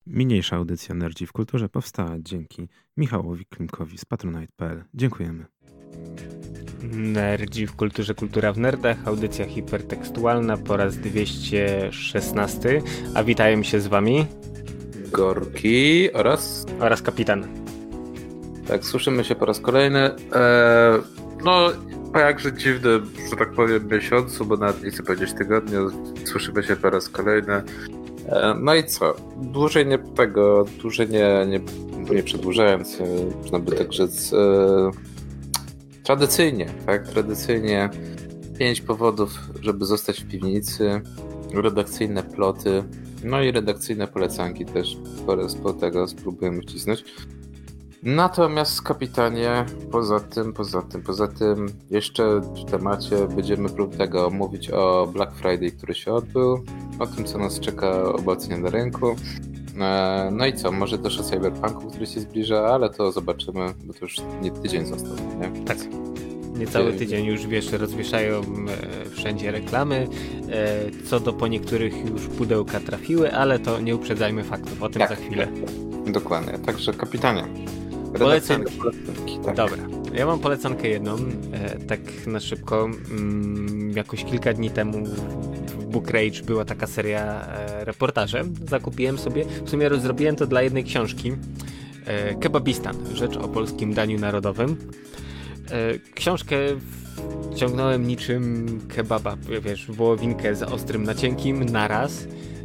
Mniejsza audycja Nerdzi w Kulturze powstała dzięki Michałowi Klimkowi z Patronite.pl. Dziękujemy. Nerdzi w Kulturze, Kultura w Nerdach, audycja hipertekstualna po raz 216, a witają się z wami Gorki oraz Kapitan. Tak, słyszymy się po raz kolejny. No, po jakże dziwnym, że tak powiem, miesiącu, bo nawet nie chcę powiedzieć tygodniu, słyszymy się po raz kolejny. No i co? Dłużej nie przedłużając, można by tak rzec, tradycyjnie 5 powodów, żeby zostać w piwnicy, redakcyjne ploty, no i redakcyjne polecanki też po tego spróbujemy wcisnąć. Natomiast kapitanie, poza tym jeszcze w temacie będziemy mówić o Black Friday, który się odbył, o tym, co nas czeka obecnie na rynku. No i co, może też o Cyberpunku, który się zbliża, ale to zobaczymy, bo to już nie tydzień został, nie? Tak. Niecały tydzień już, wiesz, rozwieszają wszędzie reklamy, co do po niektórych już pudełka trafiły, ale to nie uprzedzajmy faktów, o tym za chwilę. Dokładnie, także kapitanie. Polecanki. Tak. Dobra, ja mam polecankę jedną, tak na szybko. Jakoś kilka dni temu w Book Rage była taka seria reportaży. Zakupiłem sobie, w sumie zrobiłem to dla jednej książki, Kebabistan, rzecz o polskim daniu narodowym. Książkę ciągnąłem niczym kebaba, wiesz, wołowinkę z ostrym na cienkim naraz.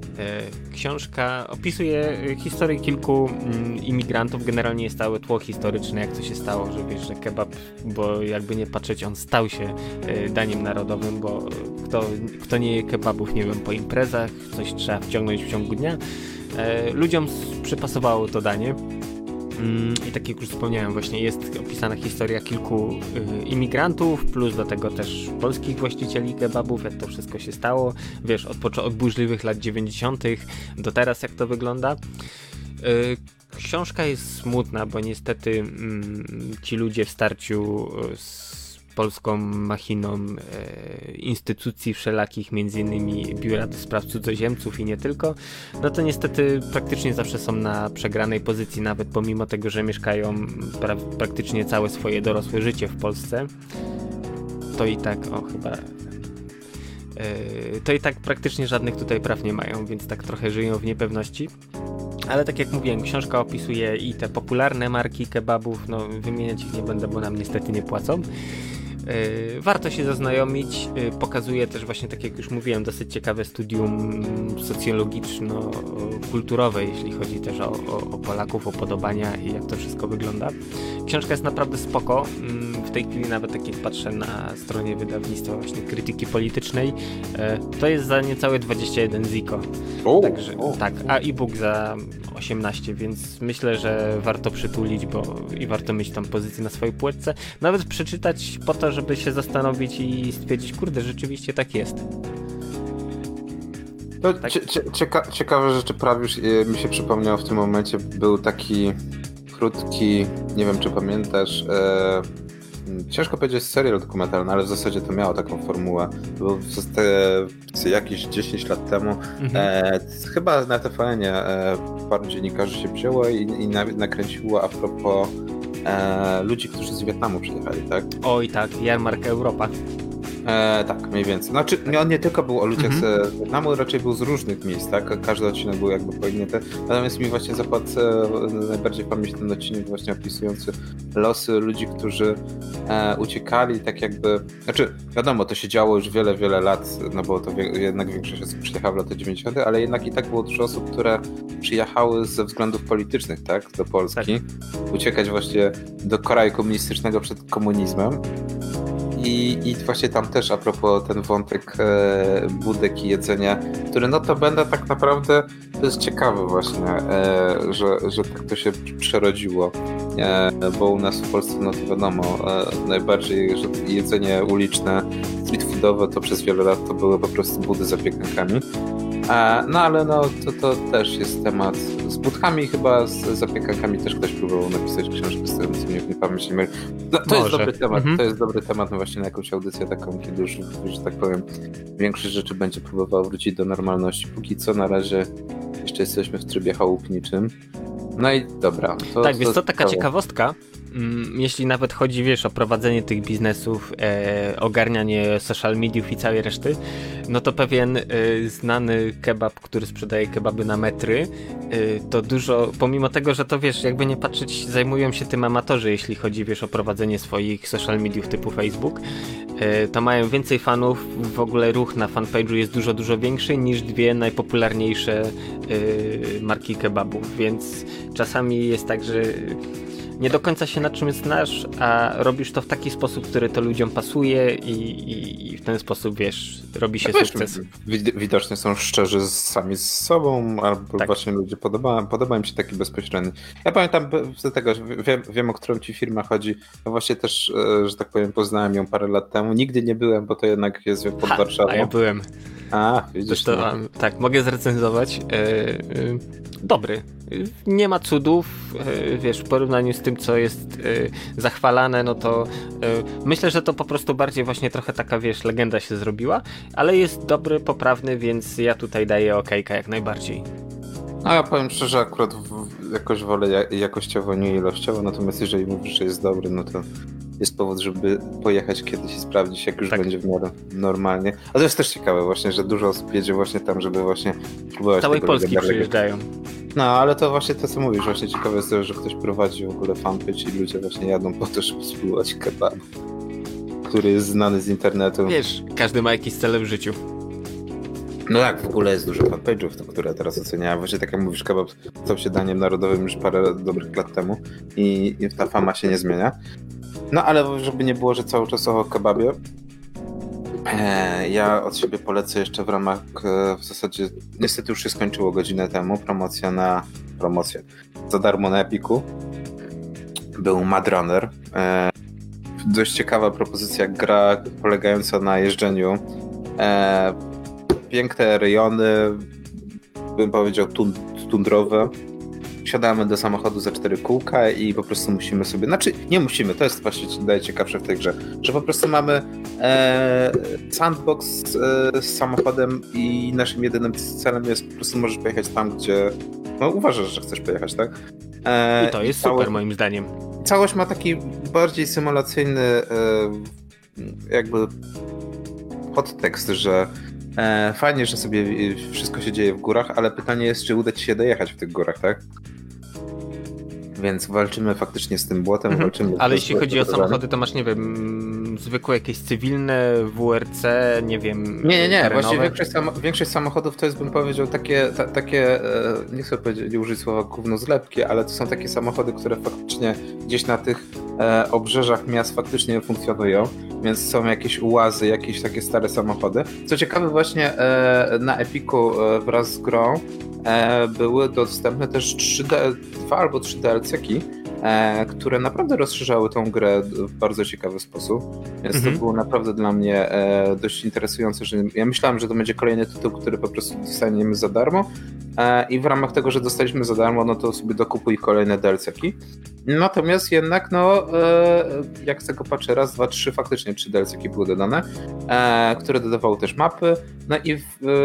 Książka opisuje historię kilku imigrantów, generalnie jest całe tło historyczne, jak to się stało, że wiesz, że kebab, bo jakby nie patrzeć, on stał się daniem narodowym, bo kto nie je kebabów, nie wiem, po imprezach, coś trzeba wciągnąć w ciągu dnia. Ludziom przypasowało to danie. I tak jak już wspomniałem, właśnie jest opisana historia kilku imigrantów, plus do tego też polskich właścicieli kebabów, jak to wszystko się stało, wiesz, od burzliwych lat 90. do teraz, jak to wygląda. Książka jest smutna, bo niestety ci ludzie w starciu z polską machiną instytucji wszelakich, między innymi Biura do Spraw Cudzoziemców i nie tylko, no to niestety praktycznie zawsze są na przegranej pozycji, nawet pomimo tego, że mieszkają praktycznie całe swoje dorosłe życie w Polsce, to i tak praktycznie żadnych tutaj praw nie mają, więc tak trochę żyją w niepewności. Ale tak jak mówiłem, książka opisuje i te popularne marki kebabów, no wymieniać ich nie będę, bo nam niestety nie płacą. Warto się zaznajomić, pokazuje też właśnie, tak jak już mówiłem, dosyć ciekawe studium socjologiczno-kulturowe, jeśli chodzi też o Polaków, o podobania i jak to wszystko wygląda. Książka jest naprawdę spoko, w tej chwili nawet tak jak patrzę na stronie wydawnictwa właśnie Krytyki Politycznej, to jest za niecałe 21 ziko. Także tak, a e-book za 18, więc myślę, że warto przytulić, i warto mieć tam pozycję na swojej półeczce, nawet przeczytać po to, żeby się zastanowić i stwierdzić, kurde, rzeczywiście tak jest. No, tak. Ciekawe rzeczy, prawie już mi się przypomniał w tym momencie, był taki krótki, nie wiem czy pamiętasz, ciężko powiedzieć serial dokumentalny, ale w zasadzie to miało taką formułę. Był jakieś 10 lat temu. Chyba na TVN-ie paru dziennikarzy się wzięło i nakręciło a propos ludzi, którzy z Wietnamu przyjechali, tak? Oj tak, Jarmark Europa. Tak, mniej więcej. Znaczy, on nie tylko był o ludziach z Wietnamu, raczej był z różnych miejsc, tak? Każdy odcinek był jakby po innym. Natomiast mi właśnie zapadł najbardziej w pamięć ten odcinek właśnie opisujący losy ludzi, którzy uciekali, tak jakby... Znaczy, wiadomo, to się działo już wiele, wiele lat, no bo to jednak większość osób przyjechała w latach 90., ale jednak i tak było dużo osób, które przyjechały ze względów politycznych, tak? Do Polski. Tak. Uciekać właśnie do kraju komunistycznego przed komunizmem. I właśnie tam też a propos ten wątek budek i jedzenia, który notabene tak naprawdę to jest ciekawe właśnie, że tak to się przerodziło, bo u nas w Polsce, no to wiadomo, najbardziej że jedzenie uliczne, street foodowe to przez wiele lat to były po prostu budy z zapiekankami. No ale no to też jest temat z budkami, chyba z zapiekankami też ktoś próbował napisać książkę z tym, co mnie nie pamięć nie myli. No, to jest dobry temat, to jest dobry temat no właśnie na jakąś audycję taką, kiedy już, że tak powiem, większość rzeczy będzie próbowała wrócić do normalności. Póki co na razie jeszcze jesteśmy w trybie chałupniczym. No i dobra. Tak, wiesz co, taka ciekawostka, jeśli nawet chodzi, wiesz, o prowadzenie tych biznesów, ogarnianie social mediów i całej reszty, no to pewien znany kebab, który sprzedaje kebaby na metry, to dużo, pomimo tego, że to, wiesz, jakby nie patrzeć, zajmują się tym amatorzy, jeśli chodzi, wiesz, o prowadzenie swoich social mediów typu Facebook, to mają więcej fanów, w ogóle ruch na fanpage'u jest dużo, dużo większy niż dwie najpopularniejsze marki kebabów, więc czasami jest tak, że nie do końca się na czym znasz, a robisz to w taki sposób, który to ludziom pasuje i w ten sposób, wiesz, robi się sukces. Widocznie są szczerzy sami z sobą, albo tak. Właśnie ludzie podoba im się taki bezpośredni. Ja pamiętam z tego, wiem o którą ci firmę chodzi. Ja właśnie też, że tak powiem, poznałem ją parę lat temu. Nigdy nie byłem, bo to jednak jest pod Warszawą. A ja byłem. A, widzisz. Tak, mogę zrecenzować. Dobry. Nie ma cudów, wiesz, w porównaniu z tym, co jest zachwalane, no to myślę, że to po prostu bardziej właśnie trochę taka, wiesz, legenda się zrobiła, ale jest dobry, poprawny, więc ja tutaj daję okejka jak najbardziej. A ja powiem szczerze, akurat jakoś wolę jakościowo, nie ilościowo, natomiast jeżeli mówisz, że jest dobry, no to jest powód, żeby pojechać kiedyś i sprawdzić, jak już będzie w miarę normalnie. A to jest też ciekawe właśnie, że dużo osób jedzie właśnie tam, żeby właśnie próbować całej Polski przyjeżdżają. No, ale to właśnie to, co mówisz, właśnie ciekawe jest to, że ktoś prowadzi w ogóle fanpage i ludzie właśnie jadą po to, żeby spróbować kebabu, który jest znany z internetu. Wiesz, każdy ma jakiś cel w życiu. No tak, w ogóle jest dużo fanpage'ów, które teraz oceniałem. Właśnie tak jak mówisz, kebab stał się daniem narodowym już parę dobrych lat temu i ta fama się nie zmienia. No ale żeby nie było, że cały czas o kebabie, ja od siebie polecę jeszcze w ramach, w zasadzie niestety już się skończyło godzinę temu, promocja za darmo na Epiku. Był Mad Runner. Dość ciekawa propozycja, gra polegająca na jeżdżeniu. Piękne rejony, bym powiedział tundrowe. Wsiadamy do samochodu za 4 kółka i po prostu musimy sobie, znaczy nie musimy, to jest właśnie daje ciekawsze w tej grze, że po prostu mamy sandbox z samochodem i naszym jedynym celem jest po prostu możesz pojechać tam, gdzie no uważasz, że chcesz pojechać, tak? I to jest super moim zdaniem. Całość ma taki bardziej symulacyjny jakby podtekst, że fajnie, że sobie wszystko się dzieje w górach, ale pytanie jest, czy uda ci się dojechać w tych górach, tak? Więc walczymy faktycznie z tym błotem, walczymy. Ale jeśli chodzi o samochody, to masz, nie wiem, zwykłe jakieś cywilne, WRC, nie wiem. Nie. Właśnie większość samochodów to jest, bym powiedział, takie nie chcę nie użyć słowa gówno zlepki, ale to są takie samochody, które faktycznie gdzieś na tych obrzeżach miast faktycznie funkcjonują, więc są jakieś ułazy, jakieś takie stare samochody. Co ciekawe, właśnie na Epiku wraz z grą były dostępne też 2 albo 3 DLC-ki, które naprawdę rozszerzały tą grę w bardzo ciekawy sposób. Więc to było naprawdę dla mnie dość interesujące, że ja myślałem, że to będzie kolejny tytuł, który po prostu dostaniemy za darmo i w ramach tego, że dostaliśmy za darmo, no to sobie dokupuj kolejne DLC-ki. Natomiast jednak, no jak z tego patrzę, raz, 2, 3, faktycznie 3 DLC-ki były dodane, które dodawały też mapy, no i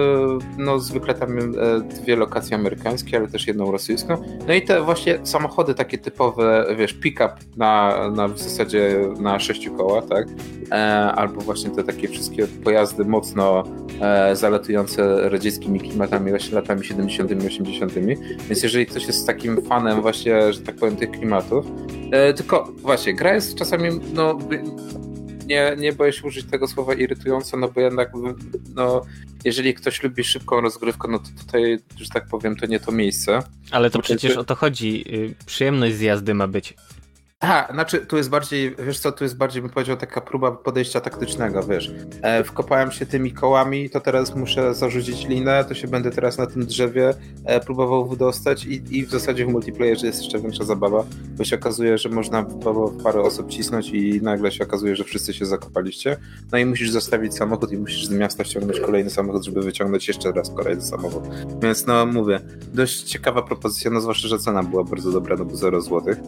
no zwykle tam 2 lokacje amerykańskie, ale też 1 rosyjską. No i te właśnie samochody takie typowe, wiesz, pick-up na w zasadzie na 6 kołach, tak? Albo właśnie te takie wszystkie pojazdy mocno zalatujące radzieckimi klimatami, właśnie latami 70., 80. Więc jeżeli ktoś jest takim fanem właśnie, że tak powiem, tych klimatów, tylko właśnie gra jest czasami, no nie boję się użyć tego słowa irytująco, no bo jednak no, jeżeli ktoś lubi szybką rozgrywkę, no to tutaj, że tak powiem, to nie to miejsce. Ale to przecież o to chodzi, przyjemność z jazdy ma być. Znaczy tu jest bardziej, wiesz co, tu jest bardziej, bym powiedział, taka próba podejścia taktycznego, wiesz. Wkopałem się tymi kołami, to teraz muszę zarzucić linę, to się będę teraz na tym drzewie próbował wydostać i w zasadzie w multiplayerze jest jeszcze większa zabawa, bo się okazuje, że można w parę osób cisnąć i nagle się okazuje, że wszyscy się zakopaliście, no i musisz zostawić samochód i musisz z miasta ściągnąć kolejny samochód, żeby wyciągnąć jeszcze raz kolejny samochód. Więc no mówię, dość ciekawa propozycja, no zwłaszcza, że cena była bardzo dobra, no bo 0 złotych.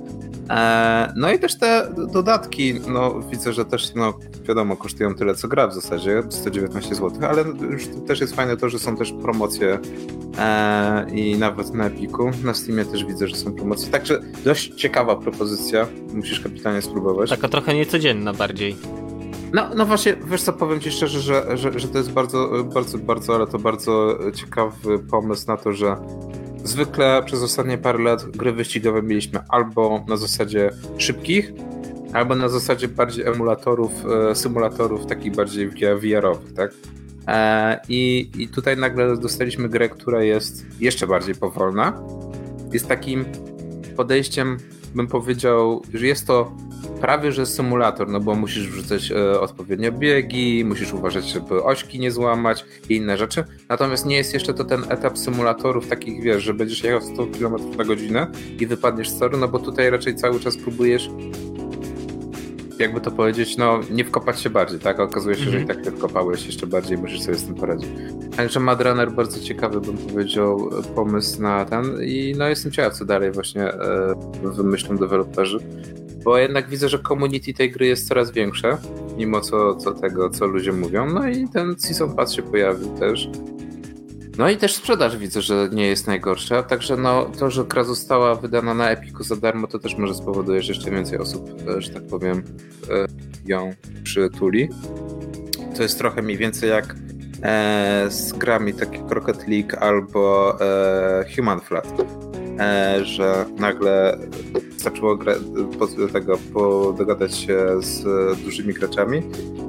No i też te dodatki, no widzę, że też, no wiadomo, kosztują tyle co gra w zasadzie, 119 zł, ale już też jest fajne to, że są też promocje i nawet na Epiku, na Steamie też widzę, że są promocje, także dość ciekawa propozycja, musisz kapitanie spróbować. Taka trochę niecodzienna bardziej. No właśnie, wiesz co, powiem ci szczerze, że to jest bardzo, ale to bardzo ciekawy pomysł na to, że zwykle przez ostatnie parę lat gry wyścigowe mieliśmy albo na zasadzie szybkich, albo na zasadzie bardziej symulatorów takich bardziej VR-owych, tak? I tutaj nagle dostaliśmy grę, która jest jeszcze bardziej powolna. Jest takim podejściem, bym powiedział, że jest to prawie że symulator, no bo musisz wrzucać odpowiednio biegi, musisz uważać, żeby ośki nie złamać i inne rzeczy. Natomiast nie jest jeszcze to ten etap symulatorów takich, wiesz, że będziesz jechał 100 km na godzinę i wypadniesz z toru, no bo tutaj raczej cały czas próbujesz, jakby to powiedzieć, no nie wkopać się bardziej, tak? A okazuje się, że i tak ty wkopałeś jeszcze bardziej, musisz sobie z tym poradzić. Także Mad Runner bardzo ciekawy, bym powiedział, pomysł na ten i no jestem ciekaw, co dalej właśnie wymyślą deweloperzy. Bo jednak widzę, że community tej gry jest coraz większe, mimo co ludzie mówią. No i ten Season Pass się pojawił też. No i też sprzedaż widzę, że nie jest najgorsza. Także no to, że gra została wydana na Epiku za darmo, to też może spowoduje, że jeszcze więcej osób, że tak powiem, ją przytuli. To jest trochę mniej więcej jak z grami takich Rocket League albo Human Flat. Że nagle wystarczyło dogadać się z dużymi graczami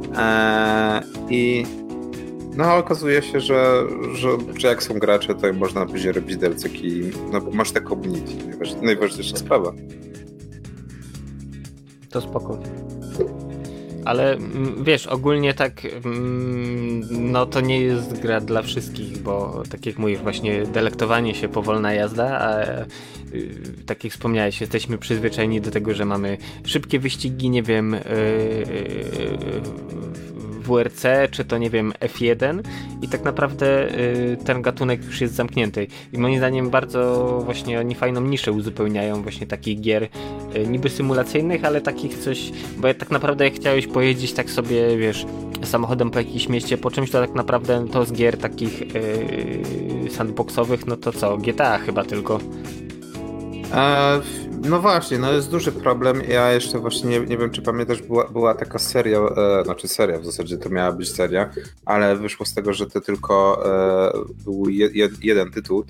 i no okazuje się, że jak są gracze, to można później robić DLC-ki, no bo masz te community, najważniejsza sprawa. To spoko. Ale wiesz, ogólnie tak, no to nie jest gra dla wszystkich, bo tak jak mówisz, właśnie delektowanie się, powolna jazda, a tak jak wspomniałeś, jesteśmy przyzwyczajeni do tego, że mamy szybkie wyścigi, nie wiem, WRC, czy to nie wiem F1 i tak naprawdę ten gatunek już jest zamknięty i moim zdaniem bardzo właśnie oni fajną niszę uzupełniają właśnie takich gier niby symulacyjnych, ale takich coś, bo tak naprawdę jak chciałeś pojeździć tak sobie, wiesz, samochodem po jakimś mieście, po czymś, to tak naprawdę to z gier takich sandboxowych, no to co, GTA chyba tylko. No właśnie, no jest duży problem. Ja jeszcze właśnie nie wiem, czy pamiętasz, była taka seria, znaczy seria, w zasadzie to miała być seria, ale wyszło z tego, że to tylko był jeden tytuł.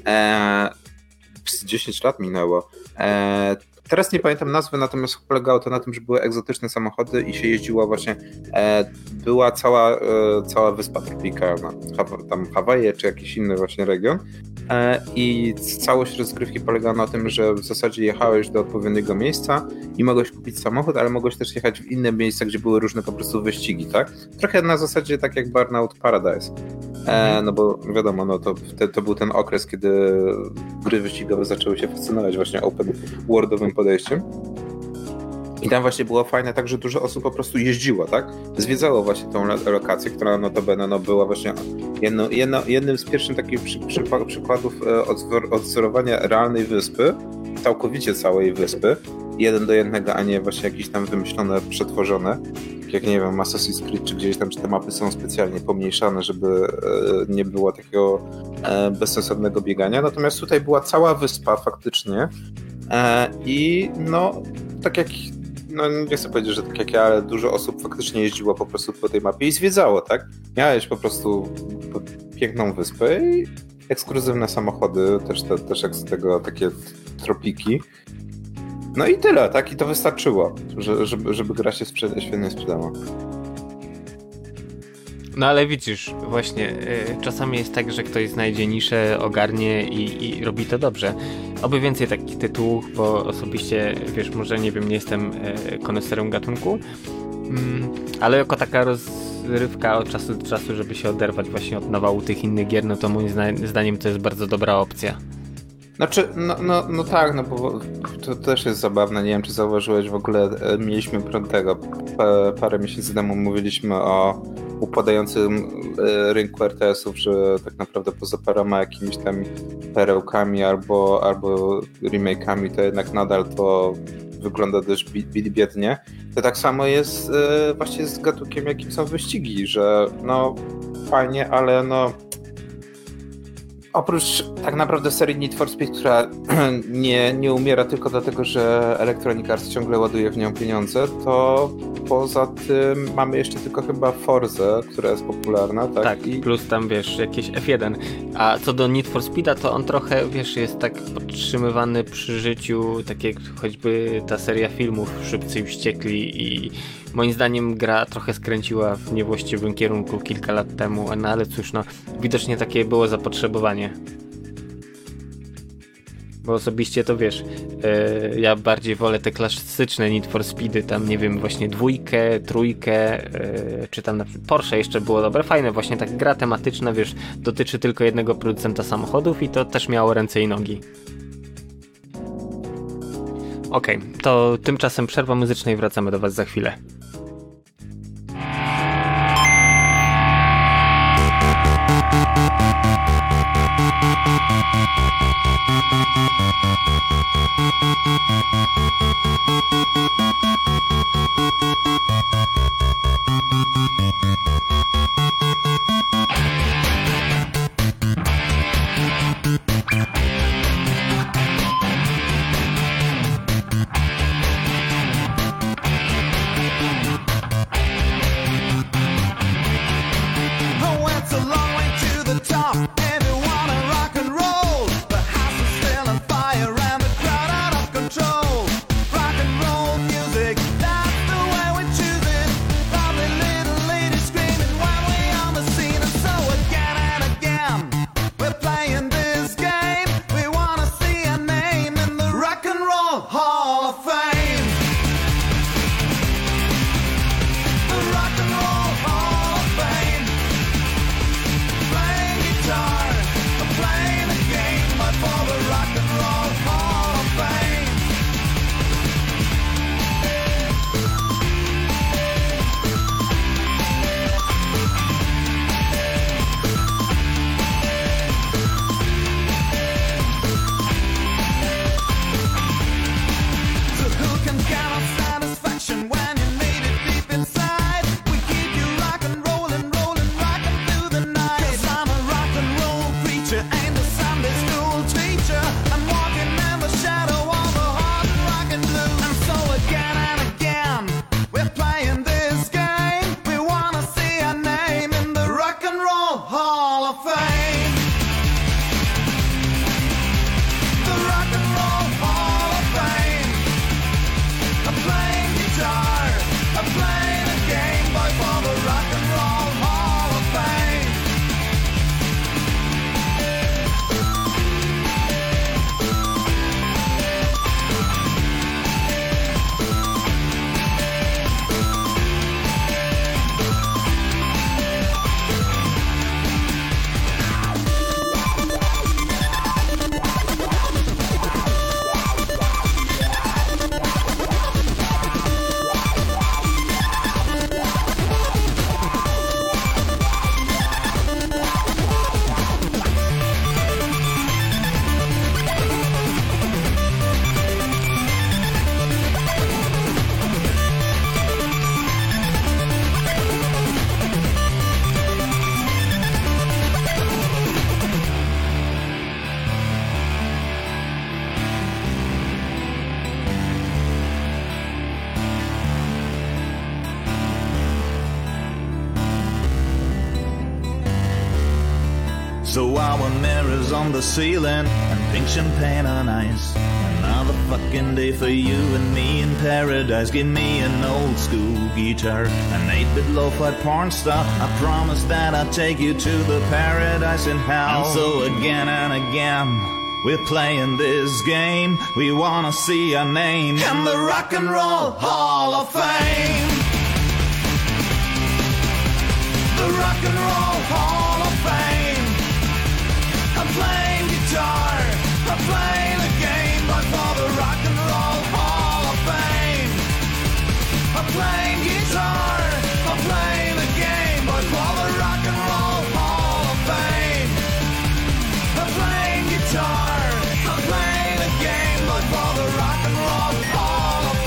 10 lat minęło. Teraz nie pamiętam nazwy, natomiast polegało to na tym, że były egzotyczne samochody i się jeździło właśnie, była cała wyspa tropikalna, tam Hawaje czy jakiś inny właśnie region i całość rozgrywki polegała na tym, że w zasadzie jechałeś do odpowiedniego miejsca i mogłeś kupić samochód, ale mogłeś też jechać w inne miejsca, gdzie były różne po prostu wyścigi, tak? Trochę na zasadzie tak jak Burnout Paradise. No bo wiadomo, no to był ten okres, kiedy gry wyścigowe zaczęły się fascynować właśnie open worldowym podejściem. I tam właśnie było fajne tak, że dużo osób po prostu jeździło, tak? Zwiedzało właśnie tą lokację, która notabene no, była właśnie jednym z pierwszych takich przykładów odwzorowania realnej wyspy, całkowicie całej wyspy, 1:1, a nie właśnie jakieś tam wymyślone, przetworzone, jak nie wiem, Assassin's Creed czy gdzieś tam, czy te mapy są specjalnie pomniejszane, żeby nie było takiego bezsensownego biegania. Natomiast tutaj była cała wyspa faktycznie i no tak jak, no nie chcę powiedzieć, że tak jak ja, ale dużo osób faktycznie jeździło po prostu po tej mapie i zwiedzało, tak? Miałeś po prostu piękną wyspę i ekskluzywne samochody, też jak z tego takie tropiki. No i tyle, tak? I to wystarczyło, żeby gra się świetnie sprzedała. No ale widzisz, właśnie czasami jest tak, że ktoś znajdzie niszę, ogarnie i robi to dobrze. Oby więcej takich tytułów, bo osobiście, wiesz, może nie wiem, nie jestem koneserem gatunku, ale jako taka rozrywka od czasu do czasu, żeby się oderwać właśnie od nawału tych innych gier, no to moim zdaniem to jest bardzo dobra opcja. Znaczy, no tak, no bo to też jest zabawne, nie wiem czy zauważyłeś, w ogóle mieliśmy tego parę miesięcy temu mówiliśmy o upadającym rynku RTS-ów, że tak naprawdę poza paroma jakimiś tam perełkami albo remake'ami, to jednak nadal to wygląda dość biednie, to tak samo jest właśnie z gatunkiem, jakim są wyścigi, że no fajnie, ale no oprócz tak naprawdę serii Need for Speed, która nie umiera tylko dlatego, że Electronic Arts ciągle ładuje w nią pieniądze, to poza tym mamy jeszcze tylko chyba Forzę, która jest popularna. Tak, tak plus tam wiesz, jakieś F1. A co do Need for Speeda, to on trochę, wiesz, jest tak podtrzymywany przy życiu, tak jak choćby ta seria filmów Szybcy i Wściekli i moim zdaniem gra trochę skręciła w niewłaściwym kierunku kilka lat temu, no ale cóż, no widocznie takie było zapotrzebowanie. Bo osobiście to wiesz, ja bardziej wolę te klasyczne Need for Speedy, tam nie wiem, właśnie 2, 3, czy tam na Porsche jeszcze było dobre, fajne, właśnie tak gra tematyczna, wiesz, dotyczy tylko jednego producenta samochodów i to też miało ręce i nogi. Okej, to tymczasem przerwa muzyczna i wracamy do was za chwilę. So our mirrors on the ceiling and pink champagne on ice. Another fucking day for you and me in paradise. Give me an old school guitar, an 8-bit lo-fi porn star. I promise that I'll take you to the paradise in hell. And so again and again we're playing this game. We wanna see our name in the Rock and Roll Hall of Fame. The Rock and Roll Hall of Fame. I'm playing guitar, I'm playing a game, but for the Rock and Roll Hall of Fame. I'm playing guitar, I'm playing a game, but for the Rock and Roll Hall of Fame. I'm playing guitar, I'm playing a game, but for the Rock and Roll Hall of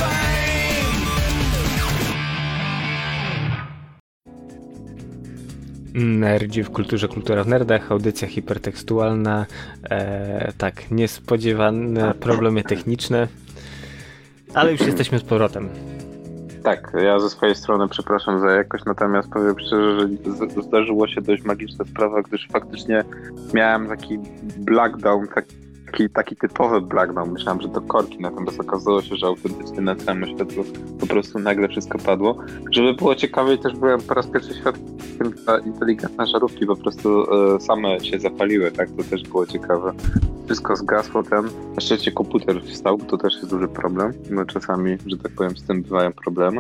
Nerdzi w kulturze, kultura w nerdach, audycja hipertekstualna, tak, niespodziewane problemy techniczne, ale już jesteśmy z powrotem. Tak, ja ze swojej strony przepraszam za jakość, natomiast powiem szczerze, że zdarzyło się dość magiczna sprawa, gdyż faktycznie miałem taki blackdown, taki typowy blackdown. Myślałem, że to korki, natomiast okazało się, że autentycznie na całym światło po prostu nagle wszystko padło. Żeby było ciekawiej, też byłem po raz pierwszy świadkiem, że inteligentne żarówki po prostu same się zapaliły, tak? To też było ciekawe. Wszystko zgasło, na szczęście komputer wstał, to też jest duży problem, bo czasami, że tak powiem, z tym bywają problemy.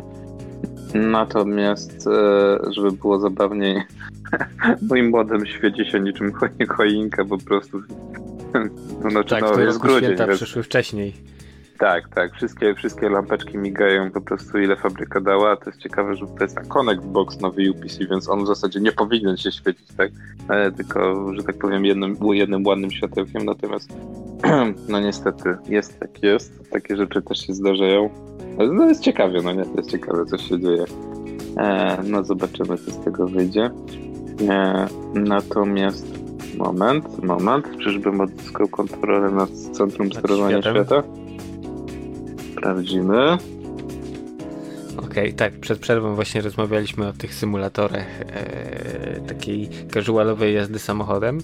Natomiast, żeby było zabawniej, mój modem świeci się niczym choinka po prostu. Tak, w tym roku święta przyszły wcześniej. Tak, wszystkie lampeczki migają po prostu ile fabryka dała. To jest ciekawe, że to jest ten Connect Box nowy UPC, więc on w zasadzie nie powinien się świecić, tak? Tylko, że tak powiem, jednym ładnym światełkiem, natomiast no niestety jest tak jest. Takie rzeczy też się zdarzają. No jest ciekawie, no nie? To jest ciekawe, co się dzieje. No zobaczymy, co z tego wyjdzie. Natomiast moment. Czyżbym odzyskał kontrolę nad centrum sterowania świata? Sprawdzimy. Okej, tak, przed przerwą właśnie rozmawialiśmy o tych symulatorach takiej casualowej jazdy samochodem.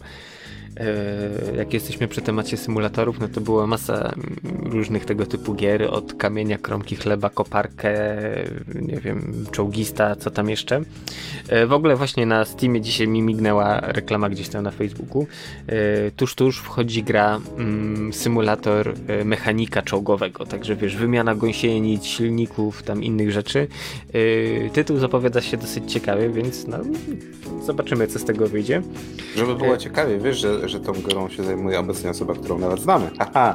Jak jesteśmy przy temacie symulatorów, no to była masa różnych tego typu gier, od kamienia, kromki chleba, koparkę, nie wiem, czołgista, co tam jeszcze. W ogóle właśnie na Steamie dzisiaj mi mignęła reklama gdzieś tam na Facebooku. Tuż wchodzi gra symulator mechanika czołgowego, także wiesz, wymiana gąsienic, silników, tam innych rzeczy. Tytuł zapowiada się dosyć ciekawie, więc no, zobaczymy, co z tego wyjdzie. Żeby było ciekawie, wiesz, że tą grą się zajmuje obecnie osoba, którą nawet znamy. Haha.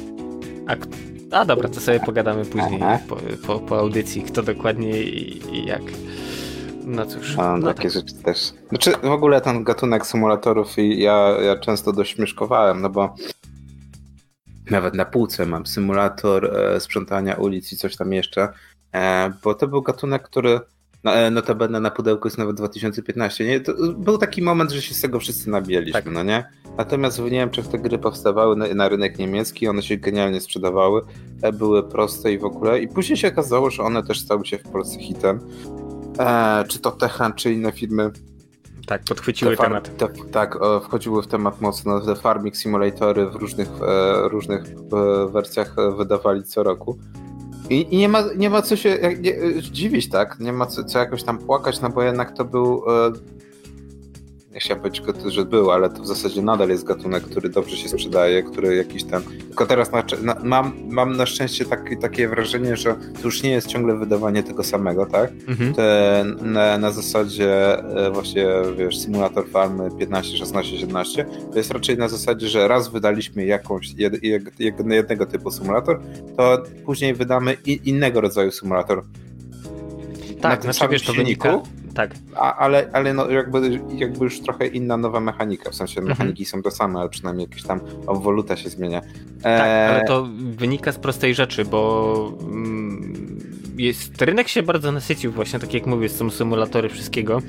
A dobra, to sobie pogadamy później po audycji, kto dokładnie i jak. No cóż. Takie rzeczy też. Znaczy w ogóle ten gatunek symulatorów i ja często dość śmieszkowałem, no bo nawet na półce mam symulator sprzątania ulic i coś tam jeszcze, bo to był gatunek, który notabene na pudełku jest nawet 2015. Nie? To był taki moment, że się z tego wszyscy nabijaliśmy, tak. No nie? Natomiast w Niemczech te gry powstawały na rynek niemiecki, one się genialnie sprzedawały, były proste i w ogóle. I później się okazało, że one też stały się w Polsce hitem. Czy to Techland, czy inne firmy. Tak, podchwyciły temat. Wchodziły w temat mocno. Te farming simulatory w różnych wersjach wydawali co roku. I nie ma co się dziwić, tak? Nie ma co jakoś tam płakać, no bo jednak to był... Nie chciałem powiedzieć, że był, ale to w zasadzie nadal jest gatunek, który dobrze się sprzedaje, który jakiś tam... Tylko teraz mam na szczęście takie wrażenie, że to już nie jest ciągle wydawanie tego samego, tak? Mhm. Na zasadzie właśnie, wiesz, symulator farmy 15, 16, 17, to jest raczej na zasadzie, że raz wydaliśmy jednego typu symulator, to później wydamy innego rodzaju symulator. Tak, znaczy wiesz, to wynika... Tak. Ale no jakby już trochę inna nowa mechanika, w sensie mechaniki są te same, ale przynajmniej jakaś tam obwoluta się zmienia. Tak, ale to wynika z prostej rzeczy, bo rynek się bardzo nasycił właśnie, tak jak mówię, są symulatory wszystkiego.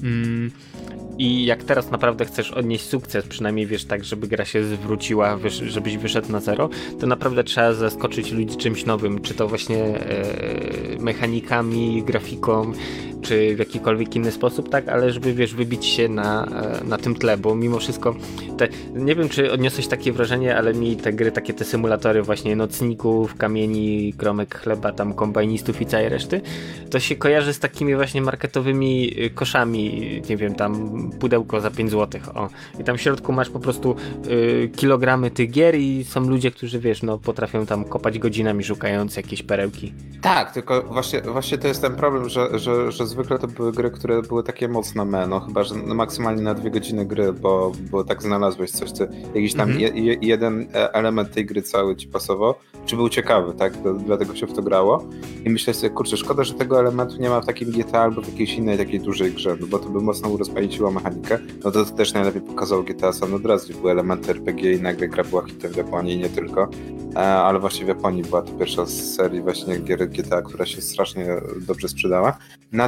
I jak teraz naprawdę chcesz odnieść sukces, przynajmniej wiesz tak, żeby gra się zwróciła, żebyś wyszedł na zero, to naprawdę trzeba zaskoczyć ludzi czymś nowym, czy to właśnie mechanikami, grafiką, czy w jakikolwiek inny sposób, tak, ale żeby wiesz, wybić się na tym tle, bo mimo wszystko nie wiem, czy odniosłeś takie wrażenie, ale mi te gry, te symulatory właśnie nocników, kamieni, kromek chleba, tam kombajnistów i całej reszty, to się kojarzy z takimi właśnie marketowymi koszami, nie wiem, tam pudełko za 5 zł, i tam w środku masz po prostu kilogramy tych gier i są ludzie, którzy wiesz, no potrafią tam kopać godzinami szukając jakieś perełki. Tak, tylko właśnie to jest ten problem, że zwykle to były gry, które były takie mocno no chyba, że maksymalnie na 2 godziny gry, bo tak znalazłeś coś, co jakiś tam jeden element tej gry cały ci pasował, czy był ciekawy, tak, dlatego się w to grało i myślę sobie, kurczę, szkoda, że tego elementu nie ma w takim GTA albo w jakiejś innej takiej dużej grze, no bo to by mocno urozmaiciło mechanikę, no to też najlepiej pokazało GTA San Andreas, gdzie były elementy RPG i nagle gra była hitem w Japonii i nie tylko, ale właśnie w Japonii była to pierwsza z serii właśnie gier GTA, która się strasznie dobrze sprzedała. Nadal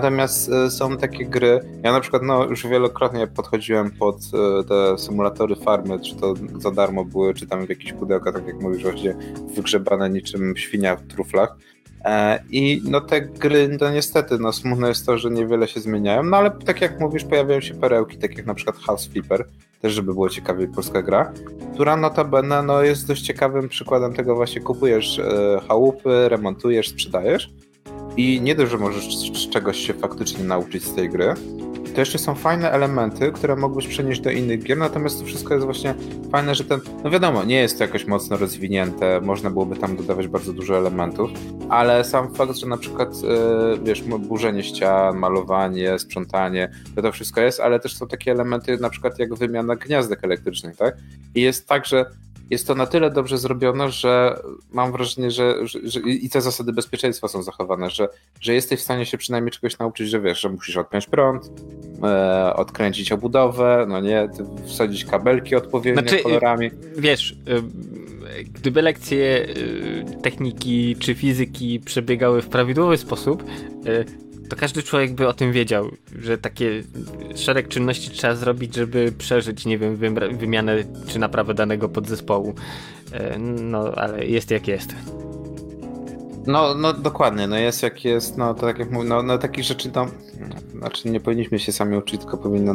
natomiast są takie gry, ja na przykład już wielokrotnie podchodziłem pod te symulatory farmy, czy to za darmo były, czy tam w jakichś pudełkach, tak jak mówisz, właśnie wygrzebane niczym świnia w truflach. I te gry, niestety, smutne jest to, że niewiele się zmieniają, no ale tak jak mówisz, pojawiają się perełki, tak jak na przykład House Flipper, też żeby było ciekawiej, polska gra, która notabene jest dość ciekawym przykładem tego, właśnie kupujesz chałupy, remontujesz, sprzedajesz i nie dość, że możesz czegoś się faktycznie nauczyć z tej gry, to jeszcze są fajne elementy, które mógłbyś przenieść do innych gier, natomiast to wszystko jest właśnie fajne, że wiadomo, nie jest to jakoś mocno rozwinięte, można byłoby tam dodawać bardzo dużo elementów, ale sam fakt, że na przykład, burzenie ścian, malowanie, sprzątanie, to wszystko jest, ale też są takie elementy, na przykład jak wymiana gniazdek elektrycznych, tak? I jest tak, że jest to na tyle dobrze zrobione, że mam wrażenie, że i te zasady bezpieczeństwa są zachowane, że jesteś w stanie się przynajmniej czegoś nauczyć, że wiesz, że musisz odpiąć prąd, odkręcić obudowę, wsadzić kabelki odpowiednio kolorami. Wiesz, gdyby lekcje techniki czy fizyki przebiegały w prawidłowy sposób, to każdy człowiek by o tym wiedział, że takie szereg czynności trzeba zrobić, żeby przeżyć, nie wiem, wymianę czy naprawę danego podzespołu. Ale jest jak jest. Dokładnie, jest jak jest, to tak jak mówię, takich rzeczy znaczy nie powinniśmy się sami uczyć, tylko powinno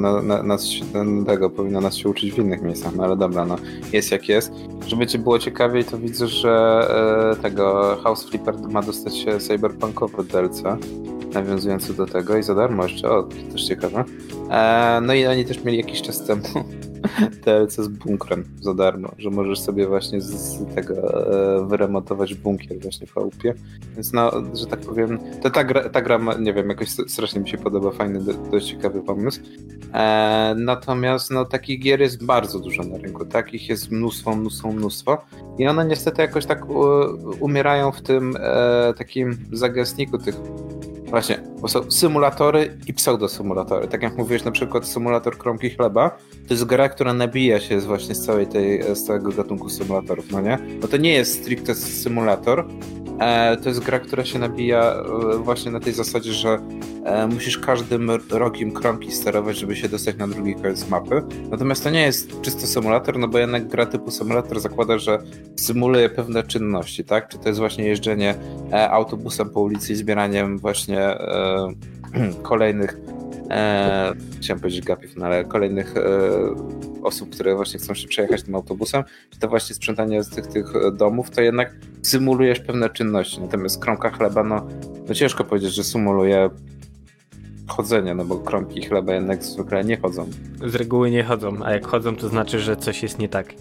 nas się uczyć w innych miejscach, ale dobra, jest jak jest. Żeby ci było ciekawiej, to widzę, że tego House Flipper ma dostać się cyberpunkowe DLC, nawiązujący do tego i za darmo jeszcze, to też ciekawe. I oni też mieli jakiś czas temu DLC z bunkrem za darmo, że możesz sobie właśnie z tego wyremontować bunkier właśnie w chałupie. Więc że tak powiem, to ta gra nie wiem, jakoś strasznie mi się podoba, fajny, dość ciekawy pomysł. Natomiast takich gier jest bardzo dużo na rynku, takich jest mnóstwo i one niestety jakoś tak umierają w tym takim zagasniku tych właśnie, bo są symulatory i pseudosymulatory. Tak jak mówiłeś, na przykład symulator kromki chleba, to jest gra, która nabija się właśnie z całego gatunku symulatorów, nie? Bo to nie jest stricte symulator, to jest gra, która się nabija właśnie na tej zasadzie, że musisz każdym rogiem kromki sterować, żeby się dostać na drugi koniec mapy. Natomiast to nie jest czysto symulator, bo jednak gra typu symulator zakłada, że symuluje pewne czynności, tak? Czy to jest właśnie jeżdżenie autobusem po ulicy i zbieraniem właśnie kolejnych chciałem powiedzieć gapiów, ale kolejnych osób, które właśnie chcą się przejechać tym autobusem, czy to właśnie sprzątanie z tych domów, to jednak symulujesz pewne czynności. Natomiast kromka chleba, ciężko powiedzieć, że symuluje chodzenie, bo kromki chleba jednak zwykle nie chodzą. Z reguły nie chodzą, a jak chodzą, to znaczy, że coś jest nie tak.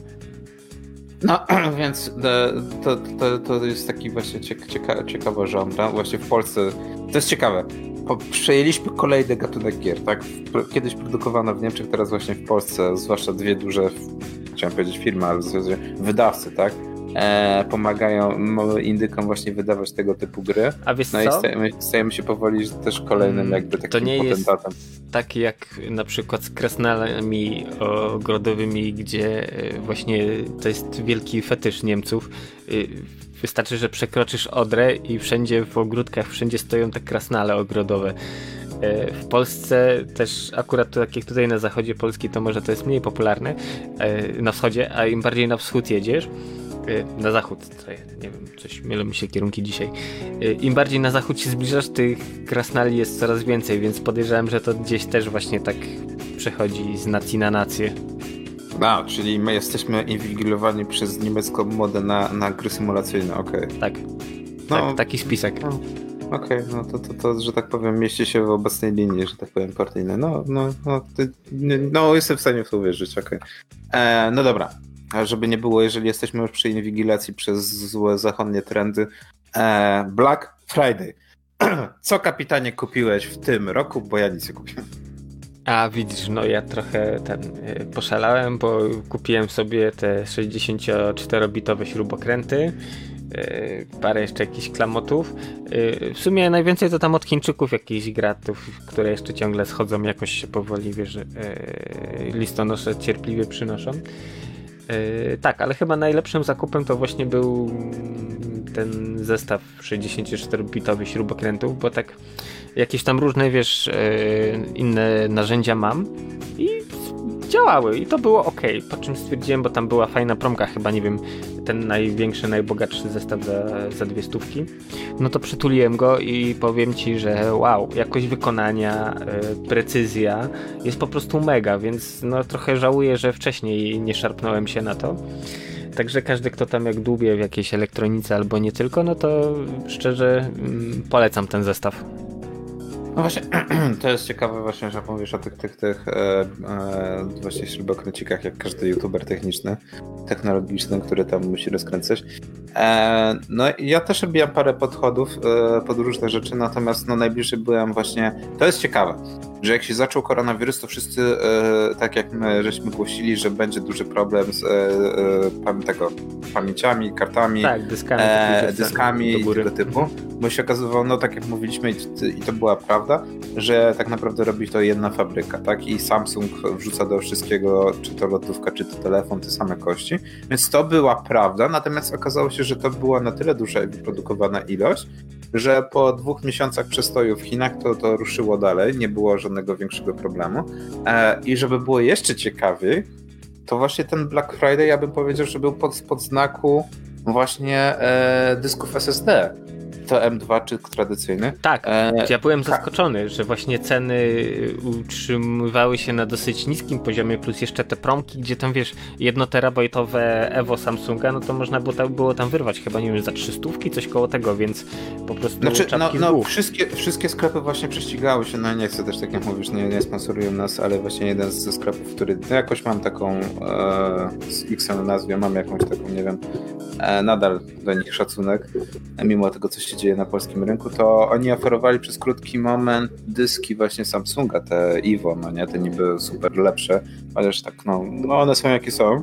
Więc to jest taki właśnie ciekawy żanr. Właśnie w Polsce to jest ciekawe. Przejęliśmy kolejny gatunek gier, tak? Kiedyś produkowano w Niemczech, teraz właśnie w Polsce, zwłaszcza dwie duże, chciałem powiedzieć firmy, ale w zasadzie wydawcy, tak? Pomagają indykom właśnie wydawać tego typu gry. A wiesz co? I stajemy się powoli też kolejnym jakby takim potentatem. To nie jest tak jak na przykład z krasnalami ogrodowymi, gdzie właśnie to jest wielki fetysz Niemców. Wystarczy, że przekroczysz Odrę i wszędzie w ogródkach, wszędzie stoją te krasnale ogrodowe. W Polsce też akurat tak jak tutaj na zachodzie Polski, to może to jest mniej popularne na wschodzie, a im bardziej na wschód jedziesz, na zachód, nie wiem, mylą mi się kierunki dzisiaj. Im bardziej na zachód się zbliżasz, tych krasnali jest coraz więcej, więc podejrzewam, że to gdzieś też właśnie tak przechodzi z nacji na nację. Czyli my jesteśmy inwigilowani przez niemiecką modę na gry symulacyjne, okej. Tak, taki spisek. Okej, to, że tak powiem, mieści się w obecnej linii, że tak powiem, partyjnej. Jestem w stanie w to uwierzyć, okej. Dobra. Żeby nie było, jeżeli jesteśmy już przy inwigilacji przez złe zachodnie trendy. Black Friday. Co, kapitanie, kupiłeś w tym roku? Bo ja nic nie kupiłem. A widzisz, ja trochę poszalałem, bo kupiłem sobie te 64-bitowe śrubokręty, parę jeszcze jakichś klamotów. W sumie najwięcej to tam od Chińczyków jakichś gratów, które jeszcze ciągle schodzą, jakoś się powoli, listonosze cierpliwie przynoszą. Tak, ale chyba najlepszym zakupem to właśnie był ten zestaw 64-bitowych śrubokrętów, bo tak jakieś tam różne, wiesz, inne narzędzia mam i działały i to było okej. Po czym stwierdziłem, bo tam była fajna promka, chyba nie wiem, ten największy, najbogatszy zestaw za 200. No to przytuliłem go i powiem ci, że wow, jakość wykonania, precyzja jest po prostu mega, więc no trochę żałuję, że wcześniej nie szarpnąłem się na to. Także każdy, kto tam jak dłubie w jakiejś elektronice albo nie tylko, no to szczerze polecam ten zestaw. No właśnie, to jest ciekawe właśnie, że mówisz o tych właśnie śrubokręcikach, jak każdy youtuber technologiczny, który tam musi rozkręcać. No ja też robiłem parę podchodów pod różne rzeczy, natomiast no najbliżej byłem właśnie, to jest ciekawe, że jak się zaczął koronawirus, to wszyscy, tak jak my żeśmy głosili, że będzie duży problem z pamięciami, kartami, tak, dyskami i tego typu, bo się okazywało, no tak jak mówiliśmy i to była prawda, że tak naprawdę robi to jedna fabryka, tak, i Samsung wrzuca do wszystkiego, czy to lodówka, czy to telefon, te same kości, więc to była prawda, natomiast okazało się, że to była na tyle duża i wyprodukowana ilość, że po 2 miesiącach przestoju w Chinach to ruszyło dalej, nie było żadnego większego problemu. I żeby było jeszcze ciekawiej, to właśnie ten Black Friday, ja bym powiedział, że był pod znaku właśnie dysków SSD. To M2 czy tradycyjny. Tak, ja byłem zaskoczony, że właśnie ceny utrzymywały się na dosyć niskim poziomie, plus jeszcze te promki, gdzie tam wiesz, 1 terabajtowe Evo Samsunga, no to można było tam wyrwać chyba, nie wiem, za 300, coś koło tego, więc po prostu czapki z głów. Wszystkie sklepy właśnie prześcigały się, no nie chcę też tak jak mówisz, nie sponsorują nas, ale właśnie jeden ze sklepów, który no jakoś mam taką z X-em nazwie, mam jakąś taką, nie wiem, nadal do nich szacunek, mimo tego, co się dzieje na polskim rynku, to oni oferowali przez krótki moment dyski właśnie Samsunga, te Evo, no nie, te niby super lepsze, chociaż tak, no one są jakie są.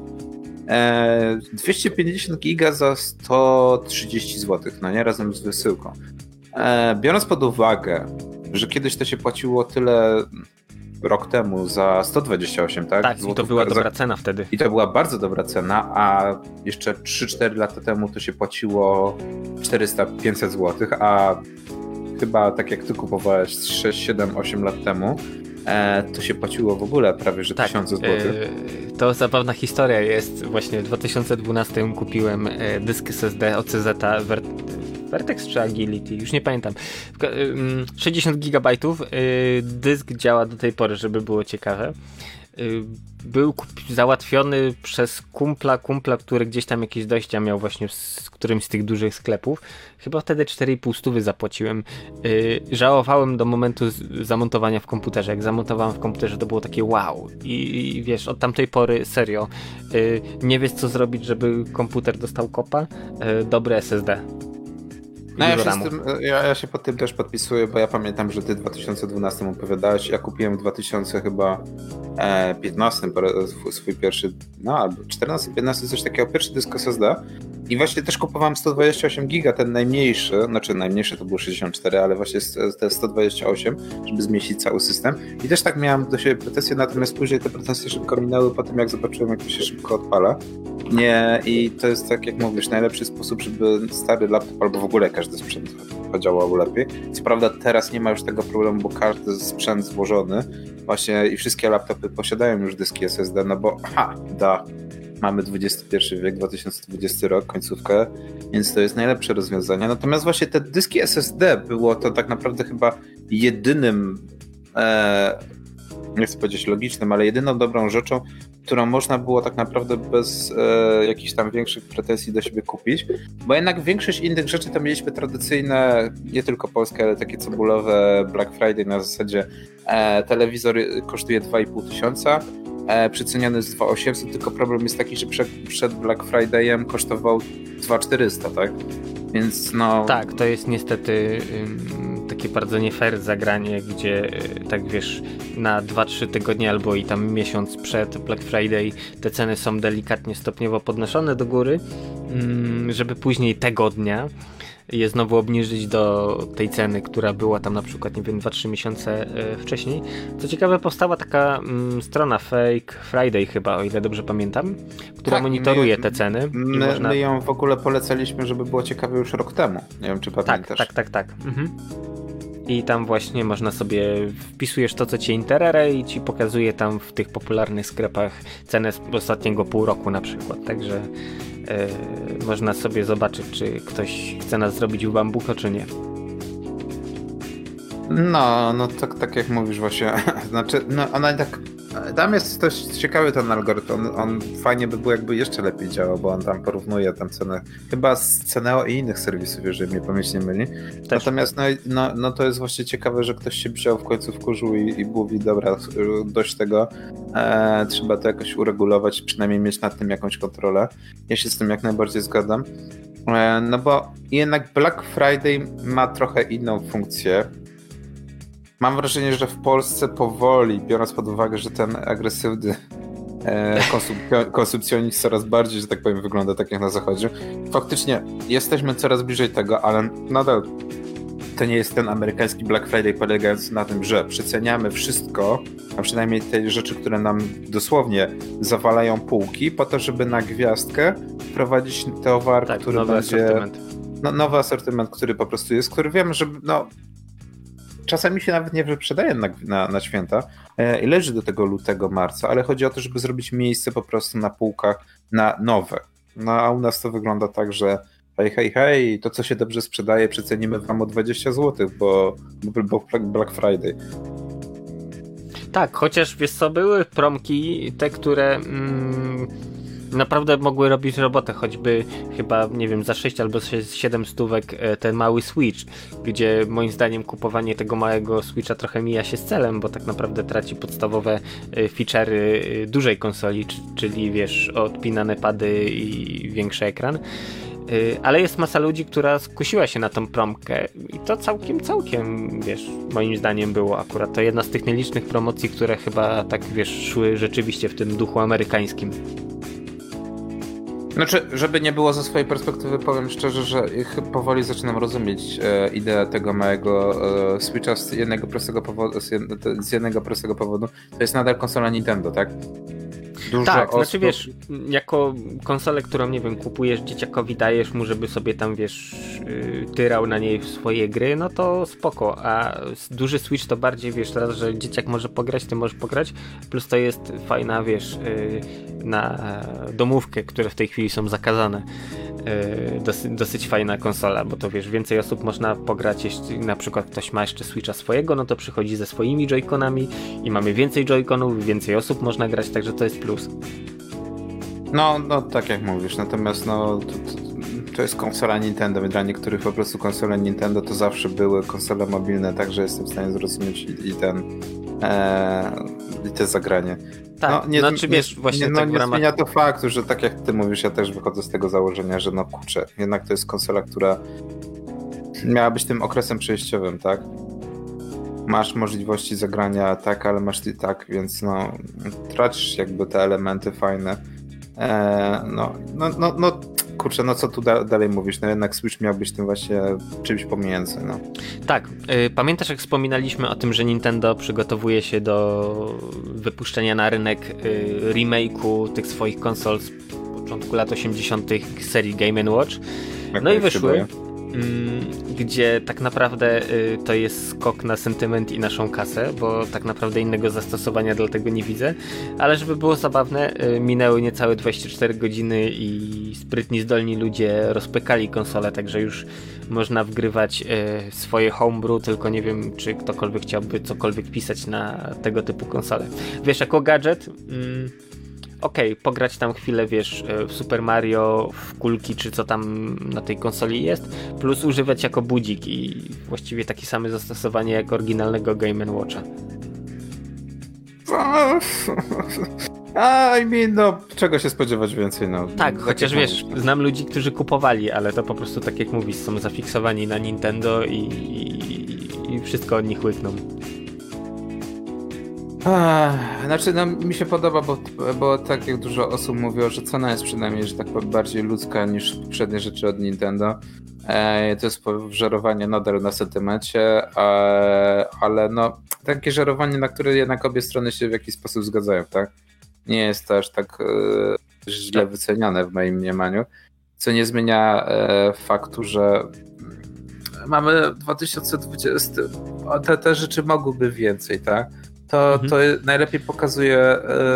250 giga za 130 zł, no nie, razem z wysyłką. Biorąc pod uwagę, że kiedyś to się płaciło tyle rok temu za 128, tak? Tak, i to była dobra cena wtedy. I to była bardzo dobra cena, a jeszcze 3-4 lata temu to się płaciło 400-500 zł, a chyba tak jak ty kupowałeś 6, 7, 8 lat temu, to się płaciło w ogóle prawie że 1000 zł. To zabawna historia jest. Właśnie w 2012 kupiłem dysk SSD OCZ Vertex czy Agility, już nie pamiętam. 60 GB, dysk działa do tej pory, żeby było ciekawe. Był załatwiony przez kumpla, który gdzieś tam jakieś dojścia miał właśnie z którymś z tych dużych sklepów. Chyba wtedy 4,5 zapłaciłem. Żałowałem do momentu zamontowania w komputerze. Jak zamontowałem w komputerze, to było takie wow. I wiesz, od tamtej pory serio nie wiesz co zrobić, żeby komputer dostał kopa. Dobry SSD. No ja się pod tym też podpisuję, bo ja pamiętam, że ty w 2012 opowiadałeś, ja kupiłem w 2015 swój pierwszy, no albo 14-15 coś takiego, pierwszy dysk SSD i właśnie też kupowałem 128 giga, ten najmniejszy, znaczy najmniejszy to był 64, ale właśnie te 128, żeby zmieścić cały system i też tak miałem do siebie pretensje, natomiast później te pretensje szybko minęły po tym, jak zobaczyłem, jak to się szybko odpala. Nie, i to jest tak jak mówisz, najlepszy sposób, żeby stary laptop albo w ogóle każdy sprzęt podziałał lepiej. Co prawda teraz nie ma już tego problemu, bo każdy sprzęt złożony właśnie i wszystkie laptopy posiadają już dyski SSD, no bo mamy XXI wiek, 2020 rok, końcówkę, więc to jest najlepsze rozwiązanie. Natomiast właśnie te dyski SSD było to tak naprawdę chyba jedynym nie chcę powiedzieć logicznym, ale jedyną dobrą rzeczą, którą można było tak naprawdę bez jakichś tam większych pretensji do siebie kupić, bo jednak większość innych rzeczy to mieliśmy tradycyjne, nie tylko polskie, ale takie cebulowe Black Friday na zasadzie telewizor kosztuje 2500, przyceniony z 2800, tylko problem jest taki, że przed Black Fridayem kosztował 2400, tak? Więc no... Tak, to jest niestety takie bardzo nie fair zagranie, gdzie tak wiesz, na 2-3 tygodnie albo i tam miesiąc przed Black Friday te ceny są delikatnie stopniowo podnoszone do góry, żeby później tego dnia je znowu obniżyć do tej ceny, która była tam na przykład, nie wiem, 2-3 miesiące wcześniej. Co ciekawe, powstała taka strona Fake Friday chyba, o ile dobrze pamiętam, która monitoruje te ceny. My ją w ogóle polecaliśmy, żeby było ciekawe już rok temu. Nie wiem, czy pamiętasz. Tak. Mhm. i tam właśnie można sobie, wpisujesz to, co cię interesuje i ci pokazuje tam w tych popularnych sklepach cenę z ostatniego pół roku na przykład, także można sobie zobaczyć, czy ktoś chce nas zrobić w bambuko, czy nie. No tak jak mówisz właśnie, znaczy, no ona tak, tam jest też ciekawy ten algorytm, on fajnie by było jakby jeszcze lepiej działał, bo on tam porównuje tam cenę, chyba z Ceneo i innych serwisów, jeżeli mnie pamięć nie myli. Też. Natomiast no to jest właśnie ciekawe, że ktoś się wziął w końcu wkurzył i mówi, dobra, dość tego, trzeba to jakoś uregulować, przynajmniej mieć nad tym jakąś kontrolę. Ja się z tym jak najbardziej zgadzam. No bo jednak Black Friday ma trochę inną funkcję. Mam wrażenie, że w Polsce powoli, biorąc pod uwagę, że ten agresywny konsumpcjonizm coraz bardziej, że tak powiem, wygląda tak jak na zachodzie, faktycznie jesteśmy coraz bliżej tego, ale nadal to nie jest ten amerykański Black Friday polegający na tym, że przeceniamy wszystko, a przynajmniej te rzeczy, które nam dosłownie zawalają półki, po to, żeby na gwiazdkę wprowadzić towar, tak, który nowy będzie... asortyment. No, nowy asortyment, który po prostu jest, który wiem, że czasami się nawet nie wyprzedaje na święta i leży do tego lutego, marca, ale chodzi o to, żeby zrobić miejsce po prostu na półkach na nowe. No a u nas to wygląda tak, że hej, to co się dobrze sprzedaje przecenimy wam o 20 zł, bo Black Friday. Tak, chociaż wiesz co, były promki, te, które naprawdę mogły robić robotę, choćby chyba, nie wiem, za 6 albo 7 stówek ten mały Switch, gdzie moim zdaniem kupowanie tego małego Switcha trochę mija się z celem, bo tak naprawdę traci podstawowe feature'y dużej konsoli, czyli wiesz, odpinane pady i większy ekran. Ale jest masa ludzi, która skusiła się na tą promkę i to całkiem, wiesz, moim zdaniem było akurat to jedna z tych nielicznych promocji, które chyba tak, wiesz, szły rzeczywiście w tym duchu amerykańskim. Znaczy, żeby nie było ze swojej perspektywy, powiem szczerze, że powoli zaczynam rozumieć ideę tego małego Switcha z jednego prostego powodu. To jest nadal konsola Nintendo, tak? Dużo tak, znaczy wiesz, jako konsolę, którą, nie wiem, kupujesz dzieciakowi, dajesz mu, żeby sobie tam, wiesz, tyrał na niej swoje gry, no to spoko, a duży Switch to bardziej, wiesz, raz, że dzieciak może pograć, ty możesz pograć, plus to jest fajna, wiesz, na domówkę, które w tej chwili są zakazane, dosyć fajna konsola, bo to, wiesz, więcej osób można pograć, jeśli na przykład ktoś ma jeszcze Switcha swojego, no to przychodzi ze swoimi joyconami i mamy więcej joyconów, więcej osób można grać, także to jest plus. No tak jak mówisz, natomiast to jest konsola Nintendo, dla niektórych po prostu konsole Nintendo to zawsze były konsole mobilne, także jestem w stanie zrozumieć i te zagranie. Tak, wiesz, właśnie tak w ramach... Nie zmienia to faktu, że tak jak ty mówisz, ja też wychodzę z tego założenia, że kurczę, jednak to jest konsola, która miała być tym okresem przejściowym, tak? Masz możliwości zagrania tak, ale masz i tak, więc tracisz jakby te elementy fajne. Kurczę, co tu dalej mówisz? No jednak Switch miał być tym właśnie czymś pomiędzy, no. Tak, pamiętasz jak wspominaliśmy o tym, że Nintendo przygotowuje się do wypuszczenia na rynek remake'u tych swoich konsol z początku lat 80. serii Game & Watch? No i wyszły, gdzie tak naprawdę to jest skok na sentyment i naszą kasę, bo tak naprawdę innego zastosowania dla tego nie widzę, ale żeby było zabawne, minęły niecałe 24 godziny i sprytni, zdolni ludzie rozpykali konsolę, także już można wgrywać swoje homebrew, tylko nie wiem, czy ktokolwiek chciałby cokolwiek pisać na tego typu konsole. Wiesz, jako gadżet okej, pograć tam chwilę, wiesz, w Super Mario, w kulki, czy co tam na tej konsoli jest, plus używać jako budzik i właściwie takie same zastosowanie jak oryginalnego Game & Watcha. Czego się spodziewać więcej, Tak, chociaż wiesz, znam ludzi, którzy kupowali, ale to po prostu, tak jak mówisz, są zafiksowani na Nintendo i wszystko od nich łykną. Znaczy, mi się podoba, bo tak jak dużo osób mówiło, że cena jest przynajmniej, że tak powiem, bardziej ludzka niż poprzednie rzeczy od Nintendo. To jest żerowanie nadal na sentymencie, ale takie żerowanie, na które jednak obie strony się w jakiś sposób zgadzają, tak? Nie jest to aż tak źle wyceniane w moim mniemaniu, co nie zmienia faktu, że mamy 2020, te rzeczy mogłyby więcej, tak? To najlepiej pokazuje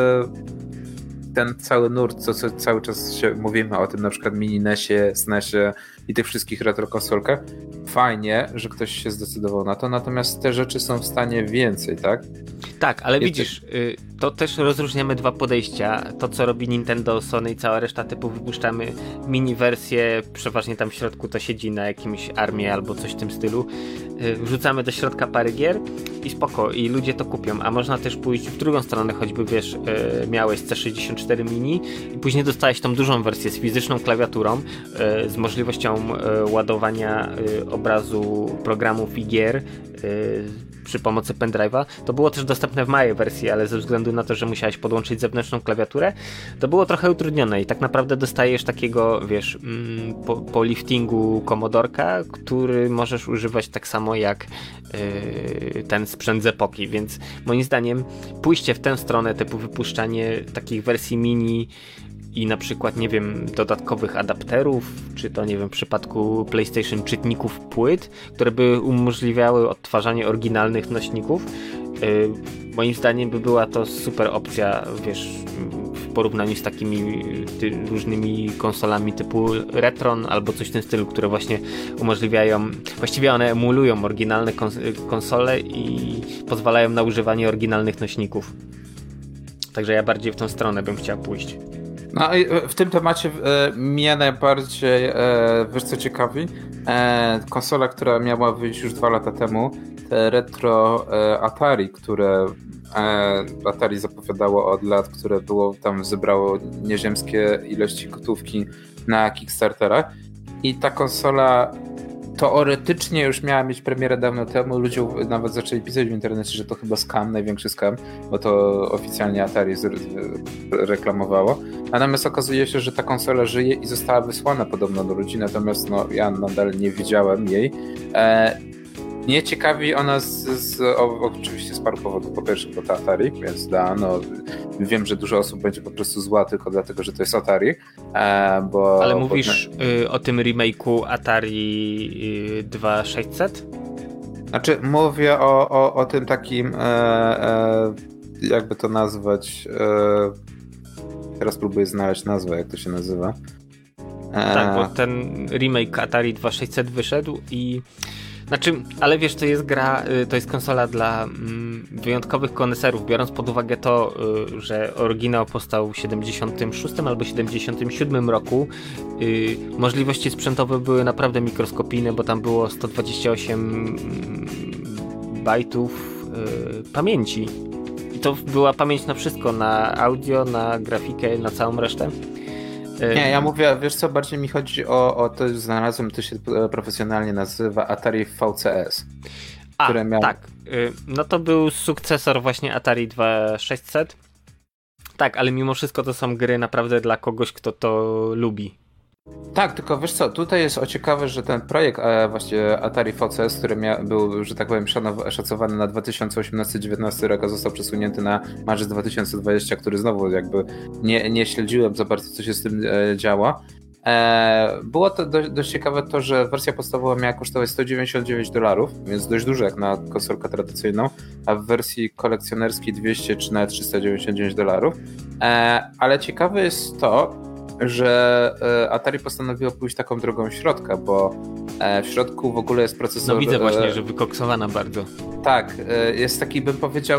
ten cały nurt, co cały czas mówimy o tym, na przykład mini-NESie, SNESie i tych wszystkich retrokonsolkach. Fajnie, że ktoś się zdecydował na to, natomiast te rzeczy są w stanie więcej, tak? Tak, ale widzisz, to też rozróżniamy dwa podejścia. To, co robi Nintendo, Sony i cała reszta typu, wypuszczamy mini wersję, przeważnie tam w środku to siedzi na jakimś armii albo coś w tym stylu. Wrzucamy do środka parę gier i spoko, i ludzie to kupią. A można też pójść w drugą stronę, choćby wiesz, miałeś C64 mini i później dostałeś tą dużą wersję z fizyczną klawiaturą, z możliwością ładowania obrazu programów i gier przy pomocy pendrive'a. To było też dostępne w małej wersji, ale ze względu na to, że musiałeś podłączyć zewnętrzną klawiaturę, to było trochę utrudnione i tak naprawdę dostajesz takiego, wiesz, po liftingu komodorka, który możesz używać tak samo jak ten sprzęt z epoki, więc moim zdaniem pójście w tę stronę, typu wypuszczanie takich wersji mini i na przykład, nie wiem, dodatkowych adapterów, czy to, nie wiem, w przypadku PlayStation czytników płyt, które by umożliwiały odtwarzanie oryginalnych nośników, moim zdaniem by była to super opcja, wiesz, w porównaniu z takimi różnymi konsolami typu Retron albo coś w tym stylu, które właśnie umożliwiają, właściwie one emulują oryginalne konsole i pozwalają na używanie oryginalnych nośników. Także ja bardziej w tą stronę bym chciał pójść. No i w tym temacie mnie najbardziej, wiesz co ciekawi, konsola, która miała wyjść już 2 lata temu, te retro Atari, które Atari zapowiadało od lat, które było tam, zebrało nieziemskie ilości gotówki na Kickstarterach i ta konsola teoretycznie już miała mieć premierę dawno temu, ludzie nawet zaczęli pisać w internecie, że to chyba scam, największy scam, bo to oficjalnie Atari reklamowało. Natomiast okazuje się, że ta konsola żyje i została wysłana podobno do ludzi, natomiast no, ja nadal nie widziałem jej. Mnie ciekawi ona oczywiście z paru powodów. Po pierwsze, bo to Atari, więc wiem, że dużo osób będzie po prostu zła tylko dlatego, że to jest Atari. Ale mówisz o tym remake'u Atari 2600? Znaczy, mówię o tym takim, jakby to nazwać, teraz próbuję znaleźć nazwę, jak to się nazywa. Tak, bo ten remake Atari 2600 wyszedł i znaczy, ale wiesz, to jest gra, to jest konsola dla wyjątkowych koneserów, biorąc pod uwagę to, że oryginał powstał w 76 albo 77 roku. Możliwości sprzętowe były naprawdę mikroskopijne, bo tam było 128 bajtów pamięci. I to była pamięć na wszystko, na audio, na grafikę, na całą resztę. Nie, ja mówię, wiesz co, bardziej mi chodzi o to, już znalazłem, to się profesjonalnie nazywa Atari VCS. Tak. No to był sukcesor właśnie Atari 2600. Tak, ale mimo wszystko to są gry naprawdę dla kogoś, kto to lubi. Tak, tylko wiesz co, tutaj jest o ciekawe, że ten projekt właśnie Atari VCS, który był, że tak powiem, szacowany na 2018-19 rok, a został przesunięty na marzec 2020, który znowu jakby nie śledziłem za bardzo, co się z tym działo. Było to dość ciekawe to, że wersja podstawowa miała kosztować $199, więc dość dużo jak na konsolkę tradycyjną, a w wersji kolekcjonerskiej 200 czy nawet $399. Ale ciekawe jest to, że Atari postanowiło pójść taką drogą środka, bo w środku w ogóle jest procesor... No widzę właśnie, że wykoksowana bardzo. Tak, jest taki, bym powiedział,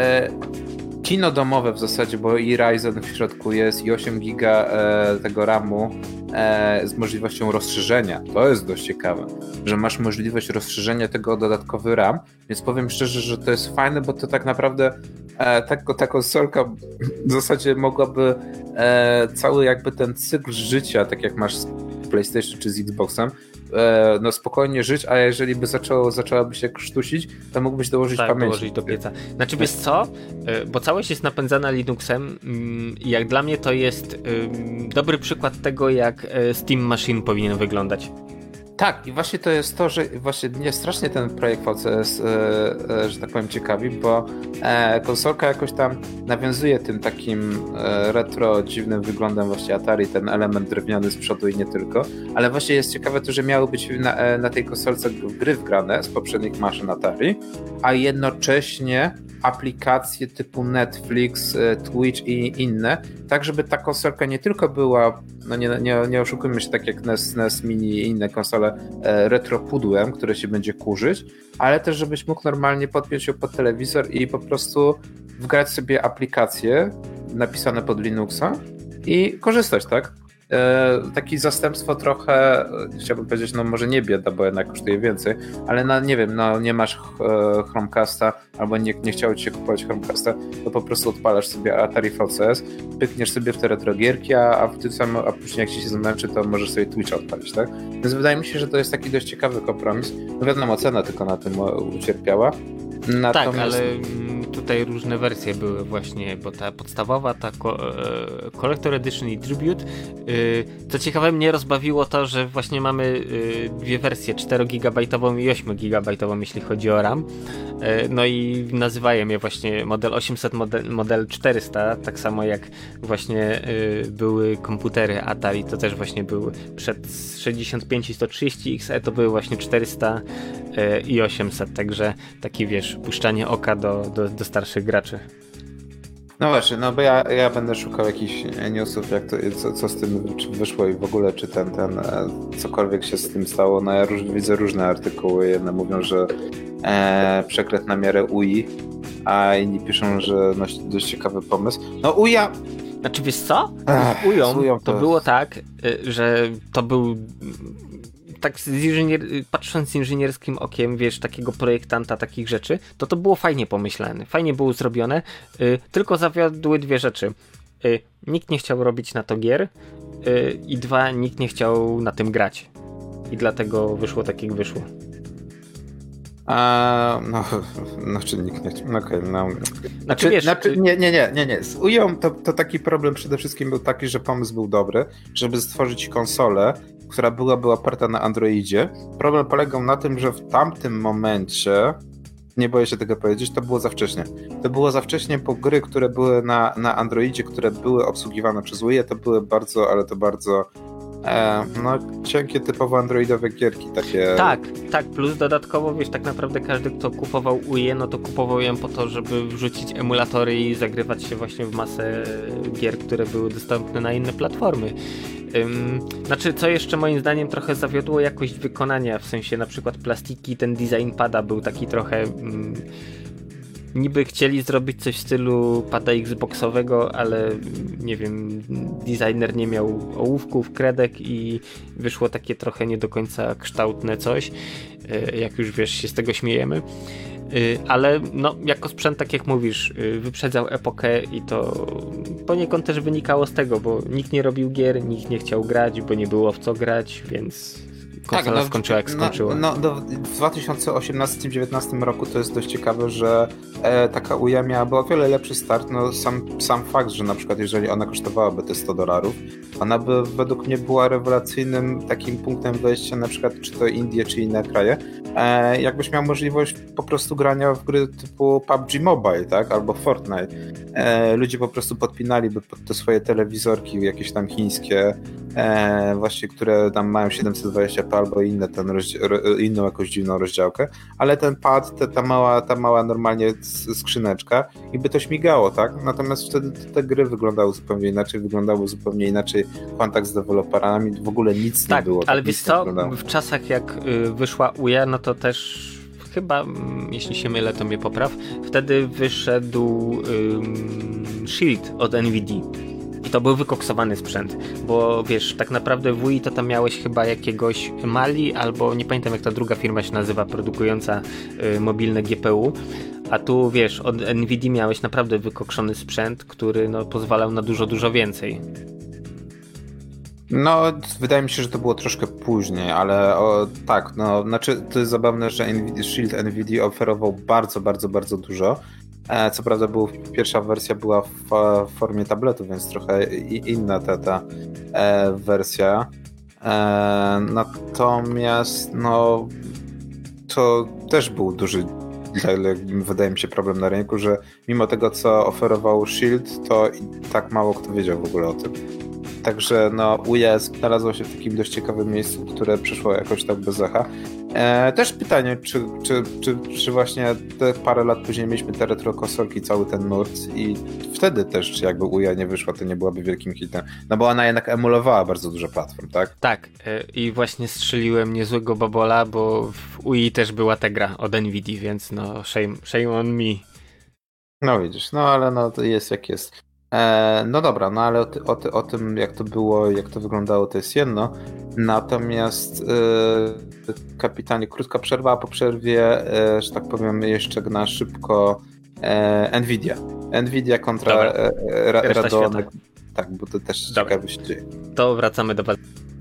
kino domowe w zasadzie, bo i Ryzen w środku jest, i 8 giga tego RAMu z możliwością rozszerzenia. To jest dość ciekawe, że masz możliwość rozszerzenia tego o dodatkowy RAM, więc powiem szczerze, że to jest fajne, bo to tak naprawdę ta konsolka w zasadzie mogłaby cały jakby ten cykl życia, tak jak masz z PlayStation czy z Xboxem, no spokojnie żyć, a jeżeli by zaczęłaby się krztusić, to mógłbyś dołożyć pamięci. Dołożyć do pieca. Znaczy wiesz co, bo całość jest napędzana Linuxem i jak dla mnie to jest dobry przykład tego, jak Steam Machine powinien wyglądać. Tak, i właśnie to jest to, że właśnie mnie strasznie ten projekt VCS, że tak powiem, ciekawi, bo konsolka jakoś tam nawiązuje tym takim retro, dziwnym wyglądem właśnie Atari, ten element drewniany z przodu i nie tylko, ale właśnie jest ciekawe to, że miały być na tej konsolce gry wgrane z poprzednich maszyn Atari, a jednocześnie aplikacje typu Netflix, Twitch i inne, tak żeby ta konsolka nie tylko była, no nie oszukujmy się, tak jak NES Mini i inne konsole, retro pudłem, które się będzie kurzyć, ale też żebyś mógł normalnie podpiąć ją pod telewizor i po prostu wgrać sobie aplikacje napisane pod Linuxa i korzystać, tak? Takie zastępstwo trochę, chciałbym powiedzieć, no może nie bieda, bo jednak kosztuje więcej, ale nie wiem, nie masz Chromecasta albo nie chciało ci się kupować Chromecasta, to po prostu odpalasz sobie Atari VCS, pykniesz sobie w te retrogierki, a później jak ci się zmęczy, to możesz sobie Twitcha odpalić, tak? Więc wydaje mi się, że to jest taki dość ciekawy kompromis. No wiadomo, cena tylko na tym ucierpiała. Natomiast... Tak, ale tutaj różne wersje były właśnie, bo ta podstawowa, ta Collector Edition i Tribute. Co ciekawe, mnie rozbawiło to, że właśnie mamy dwie wersje, 4GB i 8GB, jeśli chodzi o RAM. No i nazywają je właśnie model 800, model 400, tak samo jak właśnie były komputery Atari, to też właśnie były przed 65 i 130 XE, to były właśnie 400 i 800, także taki wiesz, puszczanie oka do starszych graczy. No właśnie, no bo ja będę szukał jakichś newsów, jak to, co z tym wyszło i w ogóle, czy ten cokolwiek się z tym stało. No ja widzę różne artykuły, jedne mówią, że przekret na miarę UI, a inni piszą, że no, dość ciekawy pomysł. No UJA... Znaczy wiesz co? Z UJą to było tak, że to był... Tak patrząc z inżynierskim okiem, wiesz, takiego projektanta takich rzeczy, to było fajnie pomyślane, fajnie było zrobione, tylko zawiodły dwie rzeczy. Nikt nie chciał robić na to gier i dwa, nikt nie chciał na tym grać. I dlatego wyszło tak, jak wyszło. Czy nikt nie chciał. Okay, no. Wiesz, Nie. Z UJą to taki problem przede wszystkim był taki, że pomysł był dobry, żeby stworzyć konsolę, która byłaby oparta na Androidzie. Problem polegał na tym, że w tamtym momencie, nie boję się tego powiedzieć, to było za wcześnie. To było za wcześnie, bo gry, które były na Androidzie, które były obsługiwane przez UJę, to były bardzo, ale to bardzo cienkie, typowo androidowe gierki takie. Tak, plus dodatkowo, wiesz, tak naprawdę każdy, kto kupował UJę, no to kupował ją po to, żeby wrzucić emulatory i zagrywać się właśnie w masę gier, które były dostępne na inne platformy. Co jeszcze moim zdaniem trochę zawiodło, jakość wykonania, w sensie na przykład plastiki, ten design pada był taki trochę niby chcieli zrobić coś w stylu pada Xboxowego, ale nie wiem, designer nie miał ołówków, kredek i wyszło takie trochę nie do końca kształtne coś, jak już wiesz, się z tego śmiejemy. Ale no, jako sprzęt, tak jak mówisz, wyprzedzał epokę i to poniekąd też wynikało z tego, bo nikt nie robił gier, nikt nie chciał grać, bo nie było w co grać, więc konsola skończyła jak skończyła. W 2018-2019 roku to jest dość ciekawe, że taka UJA miałaby o wiele lepszy start. No, sam fakt, że na przykład jeżeli ona kosztowałaby te $100, ona by według mnie była rewelacyjnym takim punktem wejścia, na przykład czy to Indie, czy inne kraje. Jakbyś miał możliwość po prostu grania w gry typu PUBG Mobile, tak? Albo Fortnite. Ludzie po prostu podpinaliby pod te swoje telewizorki jakieś tam chińskie, właśnie, które tam mają 720p albo inną jakąś dziwną rozdziałkę, ale ten pad, ta mała normalnie skrzyneczka i by to śmigało, tak? Natomiast wtedy te gry wyglądały zupełnie inaczej, kontakt z deweloperami, w ogóle nic nie było. Ale wiesz co, w czasach jak wyszła UJA, no to też chyba, jeśli się mylę, to mnie popraw, wtedy wyszedł Shield od NVIDIA. I to był wykoksowany sprzęt, bo wiesz, tak naprawdę w Wii to tam miałeś chyba jakiegoś Mali, albo nie pamiętam jak ta druga firma się nazywa, produkująca mobilne GPU, a tu wiesz, od NVIDIA miałeś naprawdę wykokszony sprzęt, który no, pozwalał na dużo więcej. No, wydaje mi się, że to było troszkę później, ale tak, no, znaczy to jest zabawne, że Shield NVIDIA oferował bardzo dużo. Co prawda pierwsza wersja była w formie tabletu, więc trochę inna ta wersja. Natomiast no to też był duży, wydaje mi się, problem na rynku, że mimo tego, co oferował Shield, to i tak mało kto wiedział w ogóle o tym. Także no Uja znalazło się w takim dość ciekawym miejscu, które przyszło jakoś tak bez echa. Też pytanie, czy właśnie te parę lat później mieliśmy te retro konsolki, cały ten nurt i wtedy też, czy jakby Uja nie wyszła, to nie byłaby wielkim hitem. No bo ona jednak emulowała bardzo dużo platform, tak? Tak, i właśnie strzeliłem niezłego babola, bo w UI też była ta gra od Nvidia, więc no shame on me. No widzisz, no ale no to jest jak jest. No dobra, no ale o tym jak to było, jak to wyglądało, to jest jedno. Natomiast kapitanie, krótka przerwa, a po przerwie, że tak powiem, jeszcze na szybko Nvidia kontra Radeon. Tak, bo to też ciekawe się dzieje. To wracamy do was.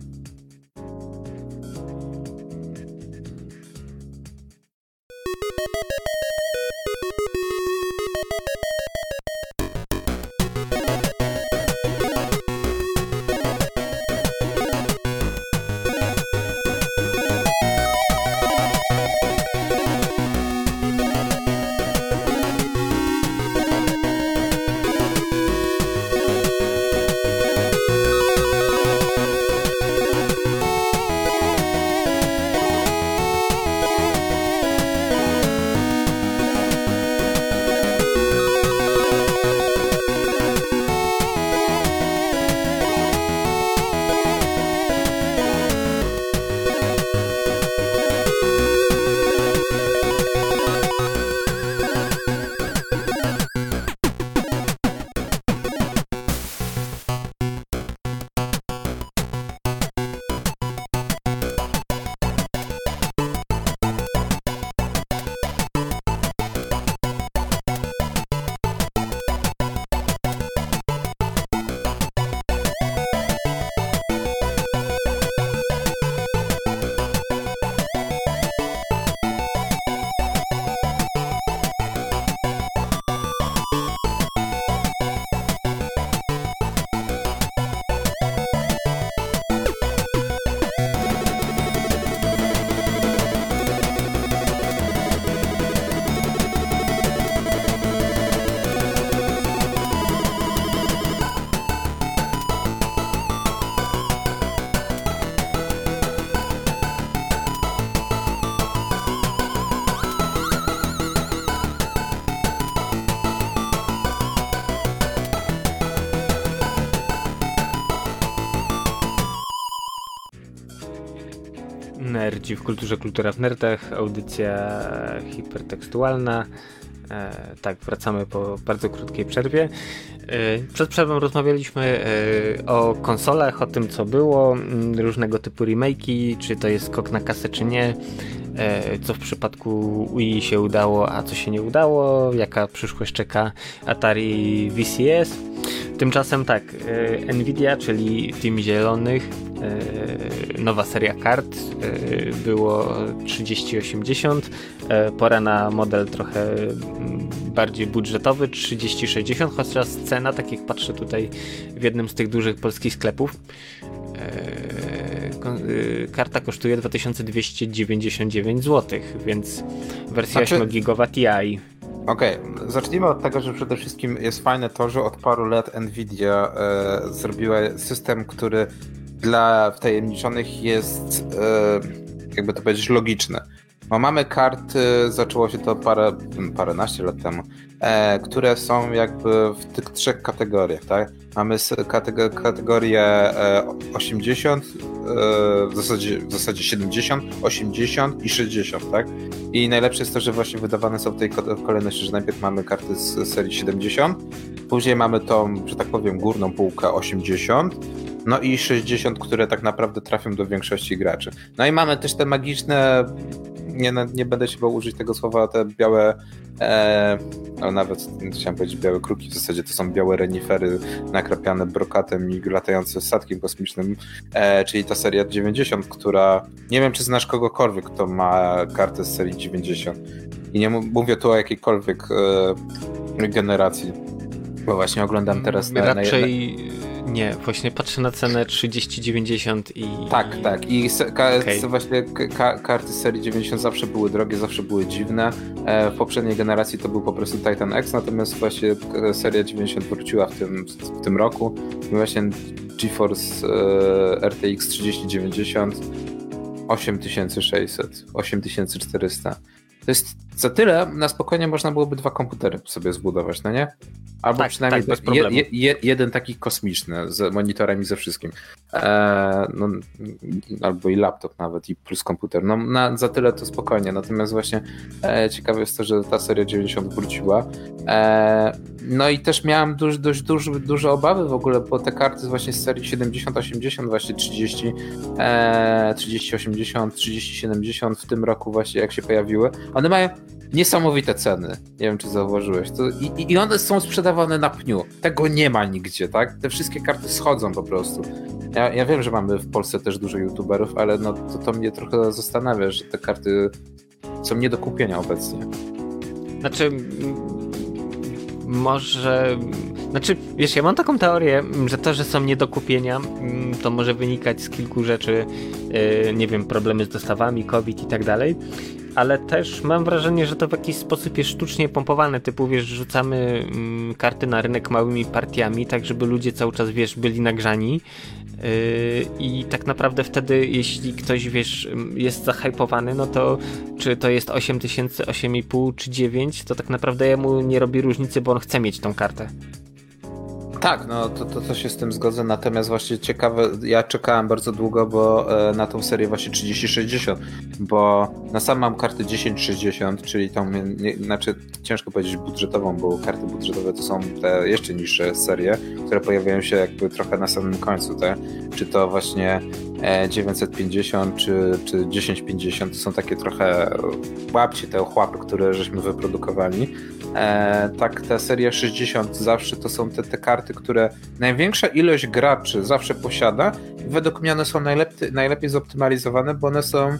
Nerdzi w kulturze, kultura w nerdach, audycja hipertekstualna. Tak, wracamy po bardzo krótkiej przerwie. Przed przerwą rozmawialiśmy o konsolach, o tym co było, różnego typu remake'i, czy to jest skok na kasę, czy nie, co w przypadku Wii się udało, a co się nie udało, jaka przyszłość czeka Atari VCS. Tymczasem tak, Nvidia, czyli Team Zielonych, nowa seria kart, było 3080, pora na model trochę bardziej budżetowy, 3060, chociaż cena, tak jak patrzę tutaj w jednym z tych dużych polskich sklepów, karta kosztuje 2299 zł, więc wersja 8GB Ti. Okej, zacznijmy od tego, że przede wszystkim jest fajne to, że od paru lat Nvidia zrobiła system, który dla wtajemniczonych jest, jakby to powiedzieć, logiczny. Bo mamy karty, zaczęło się to paręnaście lat temu, które są jakby w tych trzech kategoriach, tak? Mamy kategorię 80, w zasadzie 70, 80 i 60, tak? I najlepsze jest to, że właśnie wydawane są w tej kolejności, że najpierw mamy karty z serii 70, później mamy tą, że tak powiem, górną półkę 80, no i 60, które tak naprawdę trafią do większości graczy. No i mamy też te magiczne, nie będę się bał użyć tego słowa, te białe, no nawet chciałem powiedzieć białe kruki, w zasadzie to są białe renifery nakrapiane brokatem i latające statkiem kosmicznym, czyli ta seria 90, która, nie wiem czy znasz kogokolwiek, kto ma kartę z serii 90 i nie mówię tu o jakiejkolwiek generacji, bo właśnie oglądam teraz raczej Nie, właśnie patrzę na cenę 3090 i... Tak. I właśnie karty serii 90 zawsze były drogie, zawsze były dziwne. W poprzedniej generacji to był po prostu Titan X, natomiast właśnie seria 90 wróciła w tym roku. I właśnie GeForce RTX 3090 8600, 8400. To jest za tyle, na spokojnie można byłoby 2 komputery sobie zbudować, no nie? Albo przynajmniej bez problemu. Jeden taki kosmiczny, z monitorem i ze wszystkim. Albo i laptop nawet, i plus komputer. Za tyle to spokojnie. Natomiast właśnie ciekawe jest to, że ta seria 90 wróciła. No i też miałem dość duże obawy w ogóle, bo te karty właśnie z serii 70-80, właśnie 30-80, 30-70 w tym roku właśnie jak się pojawiły, one mają niesamowite ceny. Nie wiem, czy zauważyłeś. I one są sprzedawane na pniu. Tego nie ma nigdzie, tak? Te wszystkie karty schodzą po prostu. Ja wiem, że mamy w Polsce też dużo youtuberów, ale no to mnie trochę zastanawia, że te karty są nie do kupienia obecnie. Wiesz, ja mam taką teorię, że to, że są nie do kupienia, to może wynikać z kilku rzeczy, nie wiem, problemy z dostawami, COVID i tak dalej, ale też mam wrażenie, że to w jakiś sposób jest sztucznie pompowane, typu, wiesz, rzucamy karty na rynek małymi partiami, tak żeby ludzie cały czas, wiesz, byli nagrzani i tak naprawdę wtedy, jeśli ktoś, wiesz, jest zahypowany, no to czy to jest 8000, 8,5 czy 9, to tak naprawdę jemu nie robi różnicy, bo on chce mieć tą kartę. Tak, no to się z tym zgodzę, natomiast właśnie ciekawe, ja czekałem bardzo długo, na tą serię właśnie 3060, bo na sam mam kartę 1060, czyli tą, ciężko powiedzieć budżetową, bo karty budżetowe to są te jeszcze niższe serie, które pojawiają się jakby trochę na samym końcu, tak? Czy to właśnie 950 czy 1050, to są takie trochę łapcie, te ochłapy, które żeśmy wyprodukowali. Tak, ta seria 60 zawsze to są te karty, które największa ilość graczy zawsze posiada i według mnie one są najlepiej zoptymalizowane, bo one są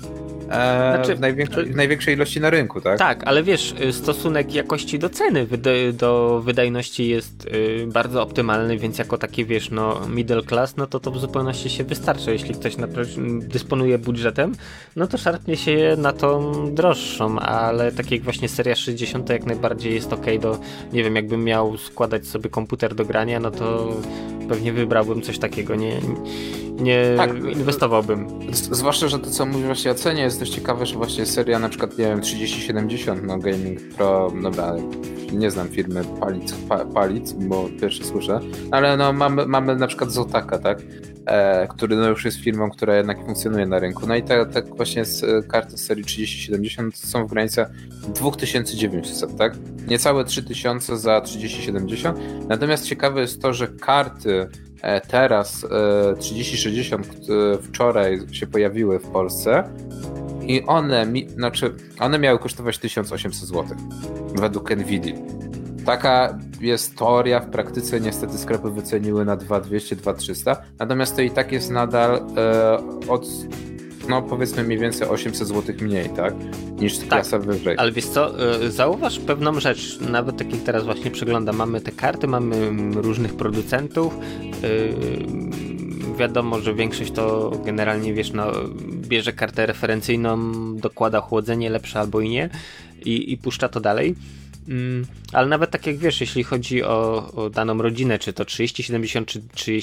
w największej ilości na rynku, tak? Tak, ale wiesz, stosunek jakości do ceny do wydajności jest bardzo optymalny, więc jako taki, wiesz, no middle class, no to w zupełności się wystarczy. Jeśli ktoś dysponuje budżetem, no to szarpnie się na tą droższą, ale tak jak właśnie seria 60 to jak najbardziej jest okej do, nie wiem, jakbym miał składać sobie komputer do grania, no to pewnie wybrałbym coś takiego, nie inwestowałbym. Zwłaszcza, że to co mówisz właśnie o cenie jest dość ciekawe, że właśnie seria na przykład, nie wiem, 3070, no Gaming Pro, dobra, nie znam firmy Palic, bo pierwszy słyszę, ale no mamy na przykład Zotaka, tak? Który no już jest firmą, która jednak funkcjonuje na rynku. No i tak właśnie karty z serii 3070 są w granicach 2900, tak? Niecałe 3000 za 3070. Natomiast ciekawe jest to, że karty teraz 3060 wczoraj się pojawiły w Polsce i one miały kosztować 1800 zł według Nvidia. Taka jest teoria, w praktyce niestety sklepy wyceniły na 2200, 2300, natomiast to i tak jest nadal powiedzmy mniej więcej 800 zł mniej, tak? Niż klasa wyżej. Ale wiesz co, zauważ pewną rzecz, nawet tak jak teraz właśnie przeglądam, mamy te karty, mamy różnych producentów, wiadomo, że większość to generalnie, wiesz, no, bierze kartę referencyjną, dokłada chłodzenie lepsze albo i nie i puszcza to dalej. Ale nawet tak jak wiesz, jeśli chodzi o daną rodzinę, czy to 3070 czy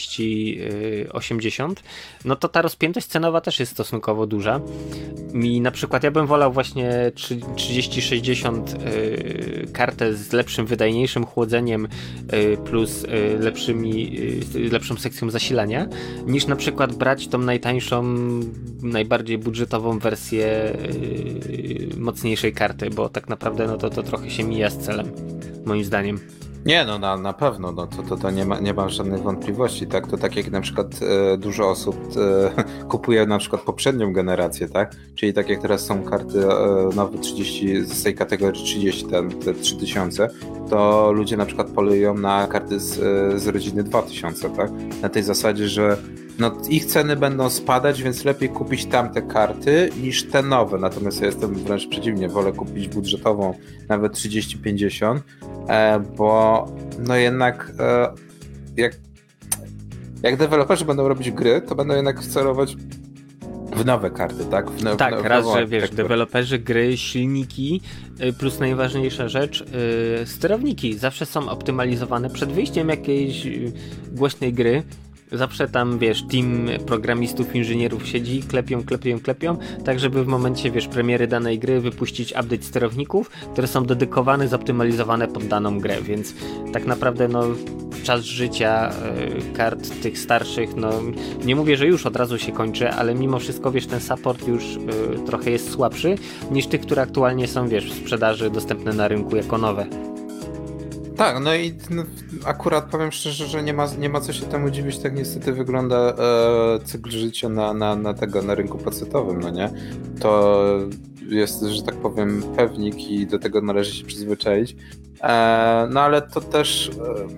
3080, no to ta rozpiętość cenowa też jest stosunkowo duża. I na przykład ja bym wolał właśnie 3060 kartę z lepszym, wydajniejszym chłodzeniem plus lepszą sekcją zasilania, niż na przykład brać tą najtańszą, najbardziej budżetową wersję mocniejszej karty, bo tak naprawdę no to trochę się mija z celem, moim zdaniem. Nie, no na pewno, no to nie ma żadnych wątpliwości, tak? To tak jak na przykład dużo osób kupuje na przykład poprzednią generację, tak? Czyli tak jak teraz są karty nowe 30 z tej kategorii 30, te 3000, to ludzie na przykład polują na karty z rodziny 2000, tak? Na tej zasadzie, że no, ich ceny będą spadać, więc lepiej kupić tamte karty niż te nowe. Natomiast ja jestem wręcz przeciwnie, wolę kupić budżetową, nawet 3050, bo no jednak jak deweloperzy będą robić gry, to będą jednak celować w nowe karty, tak? Że wiesz, deweloperzy, gry, silniki, plus najważniejsza rzecz, sterowniki zawsze są optymalizowane przed wyjściem jakiejś głośnej gry. Zawsze tam, wiesz, team programistów, inżynierów siedzi, klepią, tak żeby w momencie, wiesz, premiery danej gry wypuścić update sterowników, które są dedykowane, zoptymalizowane pod daną grę, więc tak naprawdę, no, czas życia kart tych starszych, no, nie mówię, że już od razu się kończy, ale mimo wszystko, wiesz, ten support już trochę jest słabszy niż tych, które aktualnie są, wiesz, w sprzedaży, dostępne na rynku jako nowe. Tak, no i akurat powiem szczerze, że nie ma co się temu dziwić, tak niestety wygląda cykl życia na rynku pecetowym, no nie? To jest, że tak powiem, pewnik i do tego należy się przyzwyczaić. No ale to też,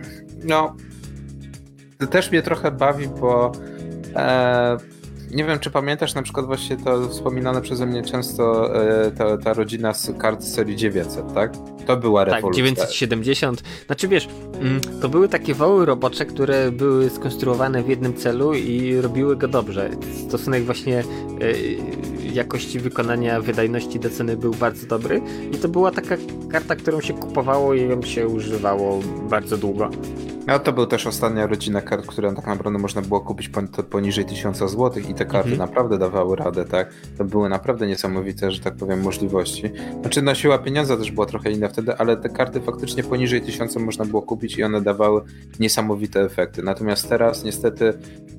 to też mnie trochę bawi, bo nie wiem, czy pamiętasz na przykład właśnie to wspominane przeze mnie często ta rodzina z kart serii 900, tak? To była rewolucja. Tak, 970. Znaczy wiesz, to były takie woły robocze, które były skonstruowane w jednym celu i robiły go dobrze. Stosunek właśnie jakości wykonania, wydajności do ceny był bardzo dobry i to była taka karta, którą się kupowało i ją się używało bardzo długo. No to był też ostatnia rodzina kart, którą tak naprawdę można było kupić poniżej 1000 zł i te karty naprawdę dawały radę, tak? To były naprawdę niesamowite, że tak powiem, możliwości. Znaczy no siła pieniądza też była trochę inna wtedy, ale te karty faktycznie poniżej 1000 można było kupić i one dawały niesamowite efekty. Natomiast teraz niestety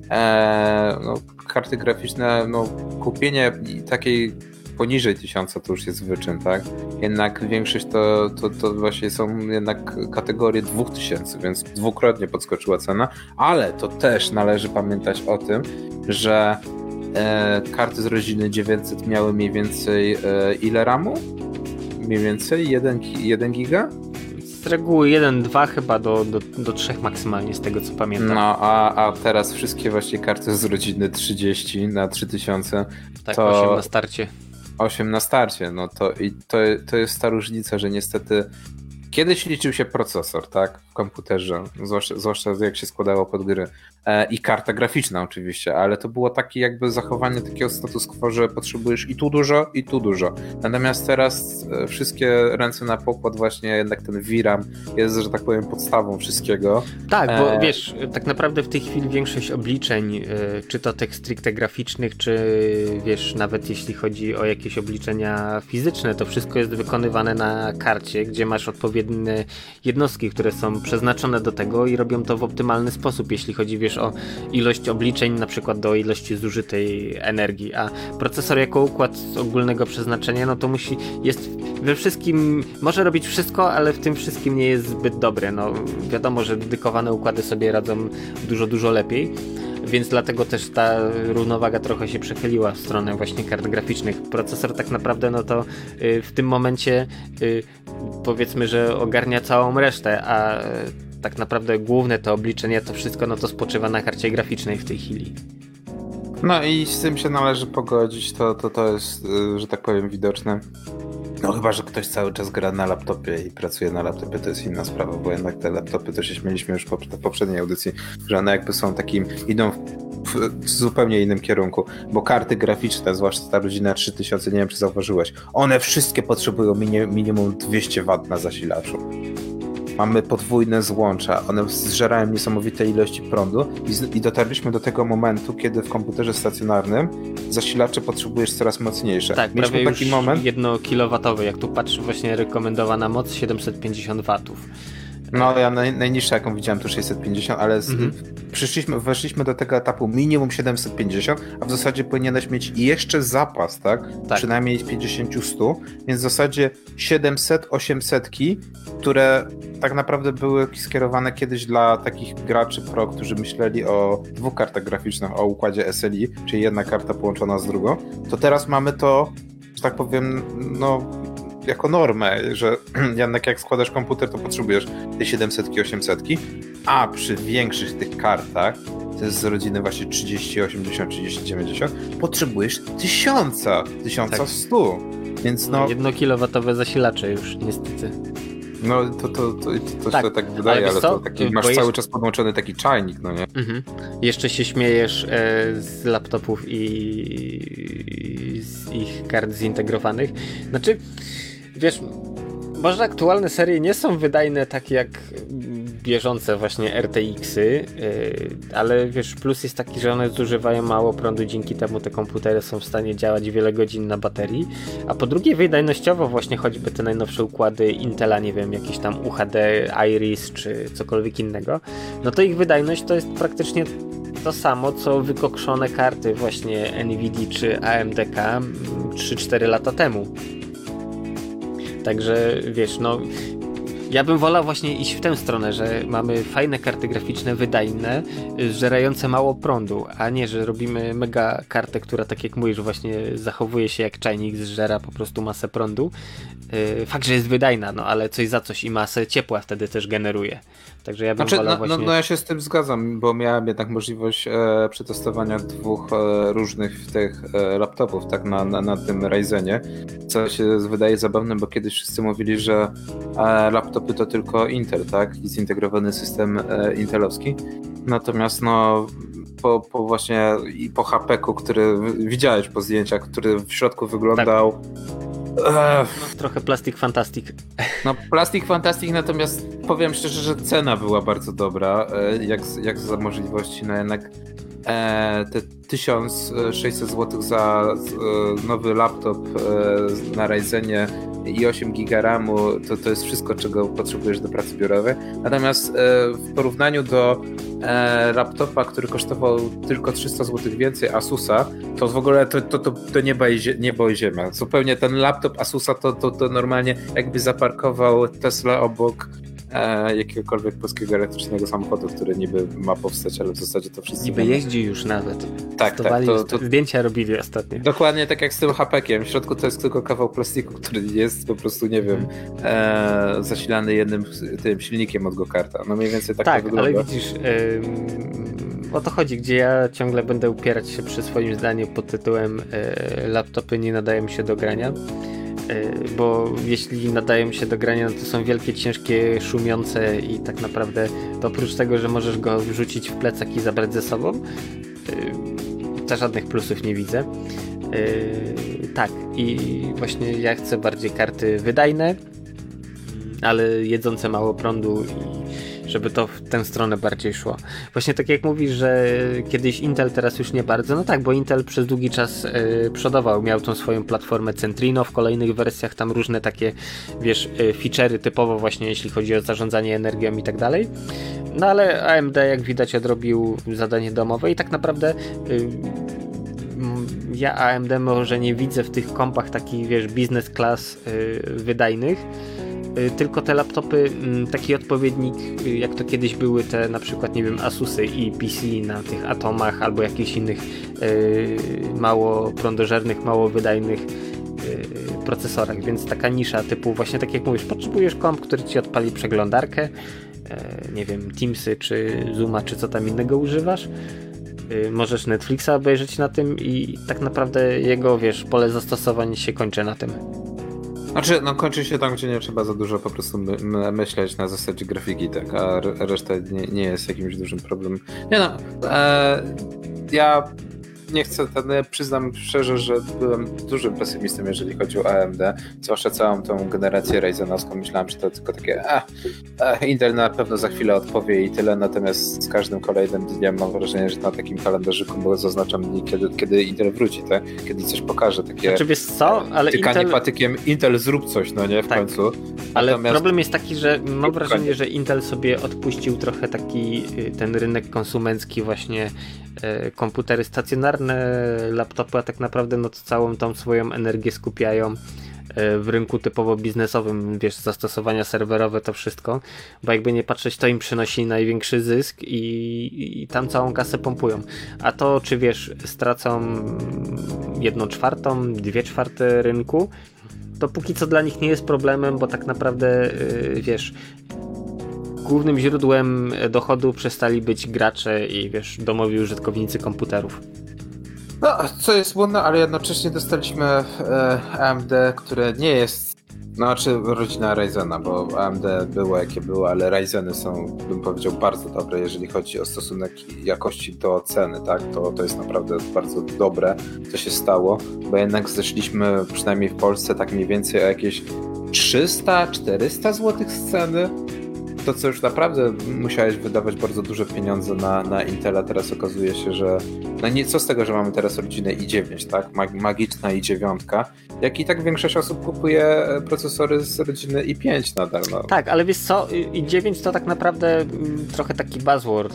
karty graficzne, kupienie takiej poniżej 1000 to już jest wyczyn, tak? Jednak większość to właśnie są jednak kategorie 2000, więc dwukrotnie podskoczyła cena, ale to też należy pamiętać o tym, że karty z rodziny 900 miały mniej więcej ile RAMu? Mniej więcej 1 giga? Z reguły 1-2 chyba do 3 maksymalnie, z tego co pamiętam. No, a teraz wszystkie właśnie karty z rodziny 30 na 3000 tak, to 8 na starcie. 8 na starcie, no to jest ta różnica, że niestety kiedyś liczył się procesor, tak, w komputerze, zwłaszcza jak się składało pod gry i karta graficzna oczywiście, ale to było takie jakby zachowanie takiego status quo, że potrzebujesz i tu dużo, natomiast teraz wszystkie ręce na pokład właśnie jednak ten VRAM jest, że tak powiem, podstawą wszystkiego. Tak, bo wiesz, tak naprawdę w tej chwili większość obliczeń, czy to tych stricte graficznych, czy wiesz, nawet jeśli chodzi o jakieś obliczenia fizyczne, to wszystko jest wykonywane na karcie, gdzie masz odpowiednie jednostki, które są przeznaczone do tego i robią to w optymalny sposób, jeśli chodzi, wiesz, o ilość obliczeń, na przykład do ilości zużytej energii, a procesor jako układ ogólnego przeznaczenia, no to jest we wszystkim, może robić wszystko, ale w tym wszystkim nie jest zbyt dobre. No wiadomo, że dedykowane układy sobie radzą dużo lepiej, więc dlatego też ta równowaga trochę się przechyliła w stronę właśnie kart graficznych. Procesor tak naprawdę, no to w tym momencie powiedzmy, że ogarnia całą resztę, a tak naprawdę główne to obliczenie, to wszystko, no to spoczywa na karcie graficznej w tej chwili. No i z tym się należy pogodzić, to jest, że tak powiem, widoczne. No chyba, że ktoś cały czas gra na laptopie i pracuje na laptopie, to jest inna sprawa, bo jednak te laptopy, to się śmieliśmy już w poprzedniej audycji, że one jakby są idą w zupełnie innym kierunku, bo karty graficzne, zwłaszcza ta rodzina 3000, nie wiem czy zauważyłeś, one wszystkie potrzebują minimum 200 W na zasilaczu. Mamy podwójne złącza, one zżerają niesamowite ilości prądu i dotarliśmy do tego momentu, kiedy w komputerze stacjonarnym zasilacze potrzebujesz coraz mocniejsze. Tak, prawie taki już moment 1 kW, jak tu patrzę, właśnie rekomendowana moc 750 W. No ja najniższa jaką widziałem to 650, ale weszliśmy do tego etapu minimum 750, a w zasadzie powinieneś mieć jeszcze zapas, tak? Przynajmniej 50-100, więc w zasadzie 700-800, które tak naprawdę były skierowane kiedyś dla takich graczy pro, którzy myśleli o 2 kartach graficznych, o układzie SLI, czyli jedna karta połączona z drugą, to teraz mamy to, że tak powiem, jako normę, że jednak jak składasz komputer, to potrzebujesz te 700, 800, a przy większych tych kartach, to jest z rodziny właśnie 30, 80, 30, 90, potrzebujesz 1100, więc 1 kW zasilacze już, niestety. No to Tak, się tak wydaje, ale to taki, masz Bo cały czas podłączony taki czajnik, no nie? Jeszcze się śmiejesz z laptopów i z ich kart zintegrowanych. Znaczy, wiesz, może aktualne serie nie są wydajne tak jak bieżące właśnie RTX-y, ale wiesz, plus jest taki, że one zużywają mało prądu, dzięki temu te komputery są w stanie działać wiele godzin na baterii, a po drugie wydajnościowo właśnie choćby te najnowsze układy Intela, nie wiem, jakieś tam UHD, Iris czy cokolwiek innego, no to ich wydajność to jest praktycznie to samo, co wykokszone karty właśnie NVIDIA czy AMD-ka 3-4 lata temu. Także wiesz, no ja bym wolał właśnie iść w tę stronę, że mamy fajne karty graficzne, wydajne, zżerające mało prądu, a nie, że robimy mega kartę, która tak jak mówisz właśnie zachowuje się jak czajnik, zżera po prostu masę prądu. Fakt, że jest wydajna, no ale coś za coś i masę ciepła wtedy też generuje. Także ja bym wolał właśnie... No ja się z tym zgadzam, bo miałem jednak możliwość przetestowania 2 różnych tych laptopów tak na tym Ryzenie, co się wydaje zabawne, bo kiedyś wszyscy mówili, że laptopy to tylko Intel, tak? I zintegrowany system intelowski. Natomiast no po właśnie i po HP-ku, który widziałeś po zdjęciach, który w środku wyglądał... Tak. No, trochę Plastic Fantastic. No Plastic Fantastic, natomiast powiem szczerze, że cena była bardzo dobra, jak za możliwości, no jednak te 1600 zł za nowy laptop na Ryzenie i 8 GB RAMu to jest wszystko, czego potrzebujesz do pracy biurowej. Natomiast w porównaniu do laptopa, który kosztował tylko 300 zł więcej, Asusa, to w ogóle to niebo i ziemia. Zupełnie ten laptop Asusa to normalnie jakby zaparkował Tesla obok jakiegokolwiek polskiego elektrycznego samochodu, który niby ma powstać, ale w zasadzie to wszyscy... Niby jeździ już nawet. Tak, to zdjęcia robili ostatnio. Dokładnie tak jak z tym HP-kiem. W środku to jest tylko kawał plastiku, który jest po prostu, nie wiem, zasilany jednym tym silnikiem od go-karta. No mniej więcej tak to wygląda. Ale widzisz, o to chodzi, gdzie ja ciągle będę upierać się przy swoim zdaniu pod tytułem laptopy nie nadają się do grania. Bo jeśli nadają się do grania, no to są wielkie, ciężkie, szumiące i tak naprawdę to oprócz tego, że możesz go wrzucić w plecak i zabrać ze sobą, to żadnych plusów nie widzę. Tak, i właśnie ja chcę bardziej karty wydajne, ale jedzące mało prądu i żeby to w tę stronę bardziej szło. Właśnie tak jak mówisz, że kiedyś Intel, teraz już nie bardzo, no tak, bo Intel przez długi czas przodował, miał tą swoją platformę Centrino, w kolejnych wersjach tam różne takie, wiesz, feature'y typowo właśnie jeśli chodzi o zarządzanie energią i tak dalej. No ale AMD jak widać odrobił zadanie domowe i tak naprawdę ja AMD może nie widzę w tych kompach takich, wiesz, business class wydajnych, tylko te laptopy, taki odpowiednik, jak to kiedyś były te na przykład, nie wiem, Asusy i PC na tych Atomach albo jakichś innych mało prądożernych, mało wydajnych procesorach, więc taka nisza typu właśnie tak jak mówisz, potrzebujesz komp, który ci odpali przeglądarkę, nie wiem, Teamsy czy Zooma, czy co tam innego używasz, możesz Netflixa obejrzeć na tym i tak naprawdę jego, wiesz, pole zastosowań się kończy na tym. Znaczy, no kończy się tam, gdzie nie trzeba za dużo po prostu myśleć na zasadzie grafiki, tak, a reszta nie jest jakimś dużym problemem. Nie no, ja nie chcę, przyznam szczerze, że byłem dużym pesymistą, jeżeli chodzi o AMD, zwłaszcza całą tą generację Ryzenowską. Myślałem, że to tylko takie Intel na pewno za chwilę odpowie i tyle, natomiast z każdym kolejnym dniem mam wrażenie, że na takim kalendarzyku zaznaczam dni, kiedy Intel wróci, tak? Kiedy coś pokaże, takie znaczy, wiesz co? Ale tykanie patykiem, Intel zrób coś, no nie, w końcu. Ale natomiast problem jest taki, że mam wrażenie, że Intel sobie odpuścił trochę taki ten rynek konsumencki właśnie, komputery stacjonarne, laptopy, a tak naprawdę no to całą tą swoją energię skupiają w rynku typowo biznesowym, wiesz, zastosowania serwerowe, to wszystko, bo jakby nie patrzeć, to im przynosi największy zysk i tam całą kasę pompują. A to, czy wiesz, stracą 1/4, 2/4 rynku, to póki co dla nich nie jest problemem, bo tak naprawdę, wiesz, głównym źródłem dochodu przestali być gracze i, wiesz, domowi użytkownicy komputerów. No, co jest błędne, ale jednocześnie dostaliśmy AMD, które nie jest Znaczy rodzina Ryzena, bo AMD było jakie było, ale Ryzeny są, bym powiedział, bardzo dobre, jeżeli chodzi o stosunek jakości do ceny, tak? To jest naprawdę bardzo dobre, co się stało, bo jednak zeszliśmy przynajmniej w Polsce tak mniej więcej o jakieś 300-400 zł z ceny. To, co już naprawdę musiałeś wydawać bardzo duże pieniądze na Intela, teraz okazuje się, że no nie, co z tego, że mamy teraz rodzinę i9, tak? Magiczna i9, jak i tak większość osób kupuje procesory z rodziny i5 nadal. No. Tak, ale wiesz co, i9 to tak naprawdę trochę taki buzzword.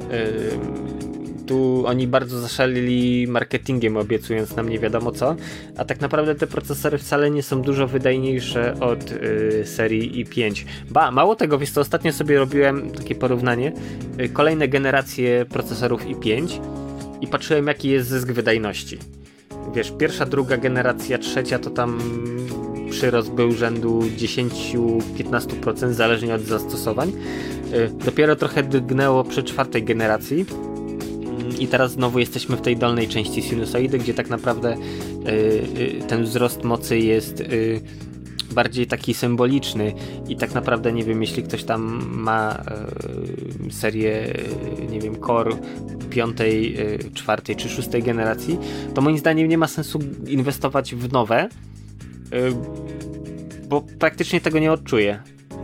Tu oni bardzo zaszaleli marketingiem, obiecując nam nie wiadomo co, a tak naprawdę te procesory wcale nie są dużo wydajniejsze od serii i5. Mało tego, wiesz co, ostatnio sobie robiłem takie porównanie, kolejne generacje procesorów i5 i patrzyłem, jaki jest zysk wydajności. Wiesz, pierwsza, druga generacja, trzecia to tam przyrost był rzędu 10-15%, zależnie od zastosowań. Dopiero trochę dygnęło przy czwartej generacji. I teraz znowu jesteśmy w tej dolnej części sinusoidy, gdzie tak naprawdę ten wzrost mocy jest bardziej taki symboliczny i tak naprawdę nie wiem, jeśli ktoś tam ma serię, nie wiem, Core 5, 4 czy 6 generacji, to moim zdaniem nie ma sensu inwestować w nowe, bo praktycznie tego nie odczuję.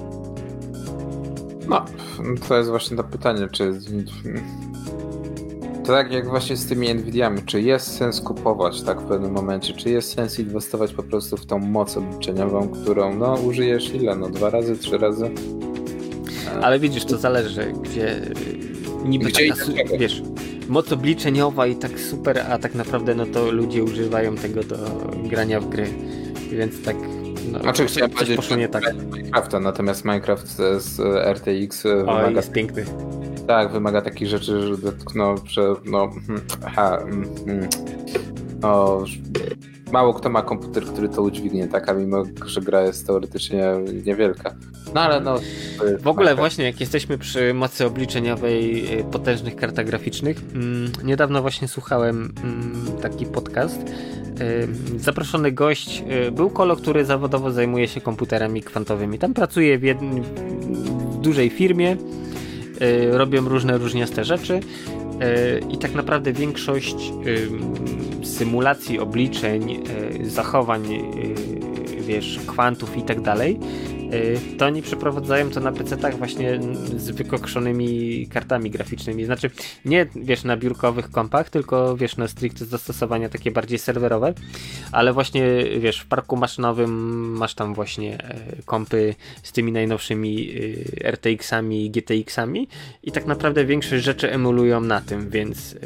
No, to jest właśnie to pytanie, czy... To tak jak właśnie z tymi Nvidiami, czy jest sens kupować tak w pewnym momencie, czy jest sens inwestować po prostu w tą moc obliczeniową, którą no użyjesz ile, 2 razy, 3 razy? Ale widzisz, to zależy, gdzie niby gdzie taka, wiesz, moc obliczeniowa i tak super, a tak naprawdę no to ludzie używają tego do grania w gry, więc tak no, znaczy chciałem powiedzieć, poszło nie tak. Minecrafta, natomiast Minecraft z RTX wymaga... jest piękny. Tak, wymaga takich rzeczy, że mało kto ma komputer, który to udźwignie, tak, a mimo, że gra jest teoretycznie niewielka. No ale no... W ogóle właśnie, jak jesteśmy przy mocy obliczeniowej potężnych kartach graficznych, niedawno właśnie słuchałem taki podcast. Zaproszony gość był Kolo, który zawodowo zajmuje się komputerami kwantowymi. Tam pracuje w dużej firmie, robią różne różniaste rzeczy i tak naprawdę większość symulacji, obliczeń, zachowań, wiesz, kwantów i tak dalej, to oni przeprowadzają to na PC-tach właśnie z wykokszonymi kartami graficznymi. Znaczy nie, wiesz, na biurkowych kompach, tylko wiesz, na stricte zastosowania takie bardziej serwerowe, ale właśnie, wiesz, w parku maszynowym masz tam właśnie kompy z tymi najnowszymi RTX-ami, GTX-ami i tak naprawdę większość rzeczy emulują na tym, więc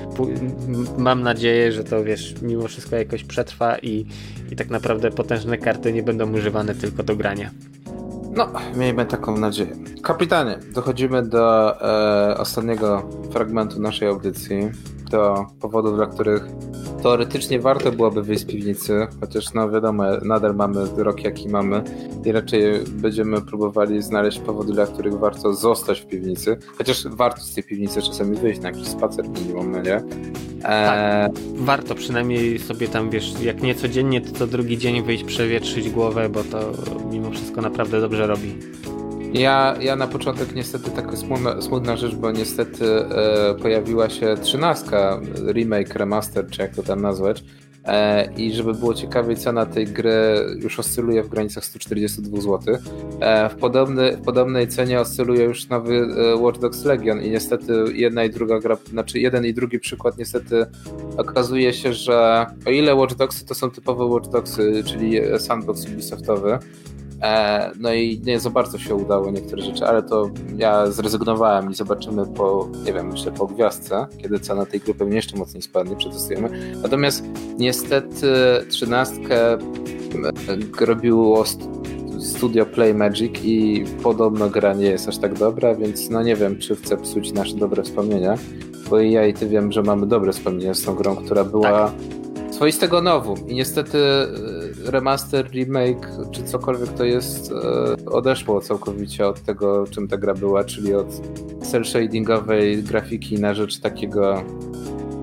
mam nadzieję, że to, wiesz, mimo wszystko jakoś przetrwa i tak naprawdę potężne karty nie będą używane tylko do grania. No, miejmy taką nadzieję. Kapitanie, dochodzimy do ostatniego fragmentu naszej audycji, do powodów, dla których teoretycznie warto byłoby wyjść z piwnicy, chociaż no wiadomo, nadal mamy rok jaki mamy i raczej będziemy próbowali znaleźć powody, dla których warto zostać w piwnicy, chociaż warto z tej piwnicy czasami wyjść na jakiś spacer minimum, nie? Tak, warto przynajmniej sobie tam, wiesz, jak nie codziennie, to co drugi dzień wyjść, przewietrzyć głowę, bo to mimo wszystko naprawdę dobrze robi. Ja na początek niestety taka smutna rzecz, bo niestety pojawiła się 13 remake, remaster, czy jak to tam nazwać, i żeby było ciekawiej, cena tej gry już oscyluje w granicach 142 zł. W podobnej cenie oscyluje już nowy Watch Dogs Legion i niestety jeden i drugi przykład niestety okazuje się, że o ile Watch Dogsy to są typowe Watch Dogsy, czyli sandbox Ubisoftowy, no i nie za bardzo się udało niektóre rzeczy, ale to ja zrezygnowałem i zobaczymy myślę po gwiazdce, kiedy cena tej gry pewnie jeszcze mocniej spadnie, przetestujemy. Natomiast niestety 13 robiło studio Play Magic i podobno gra nie jest aż tak dobra, więc no nie wiem, czy chcę psuć nasze dobre wspomnienia, bo ja i ty wiem, że mamy dobre wspomnienia z tą grą, która była swoistego nowum i niestety remaster, remake czy cokolwiek to jest odeszło całkowicie od tego, czym ta gra była, czyli od cel shadingowej grafiki na rzecz takiego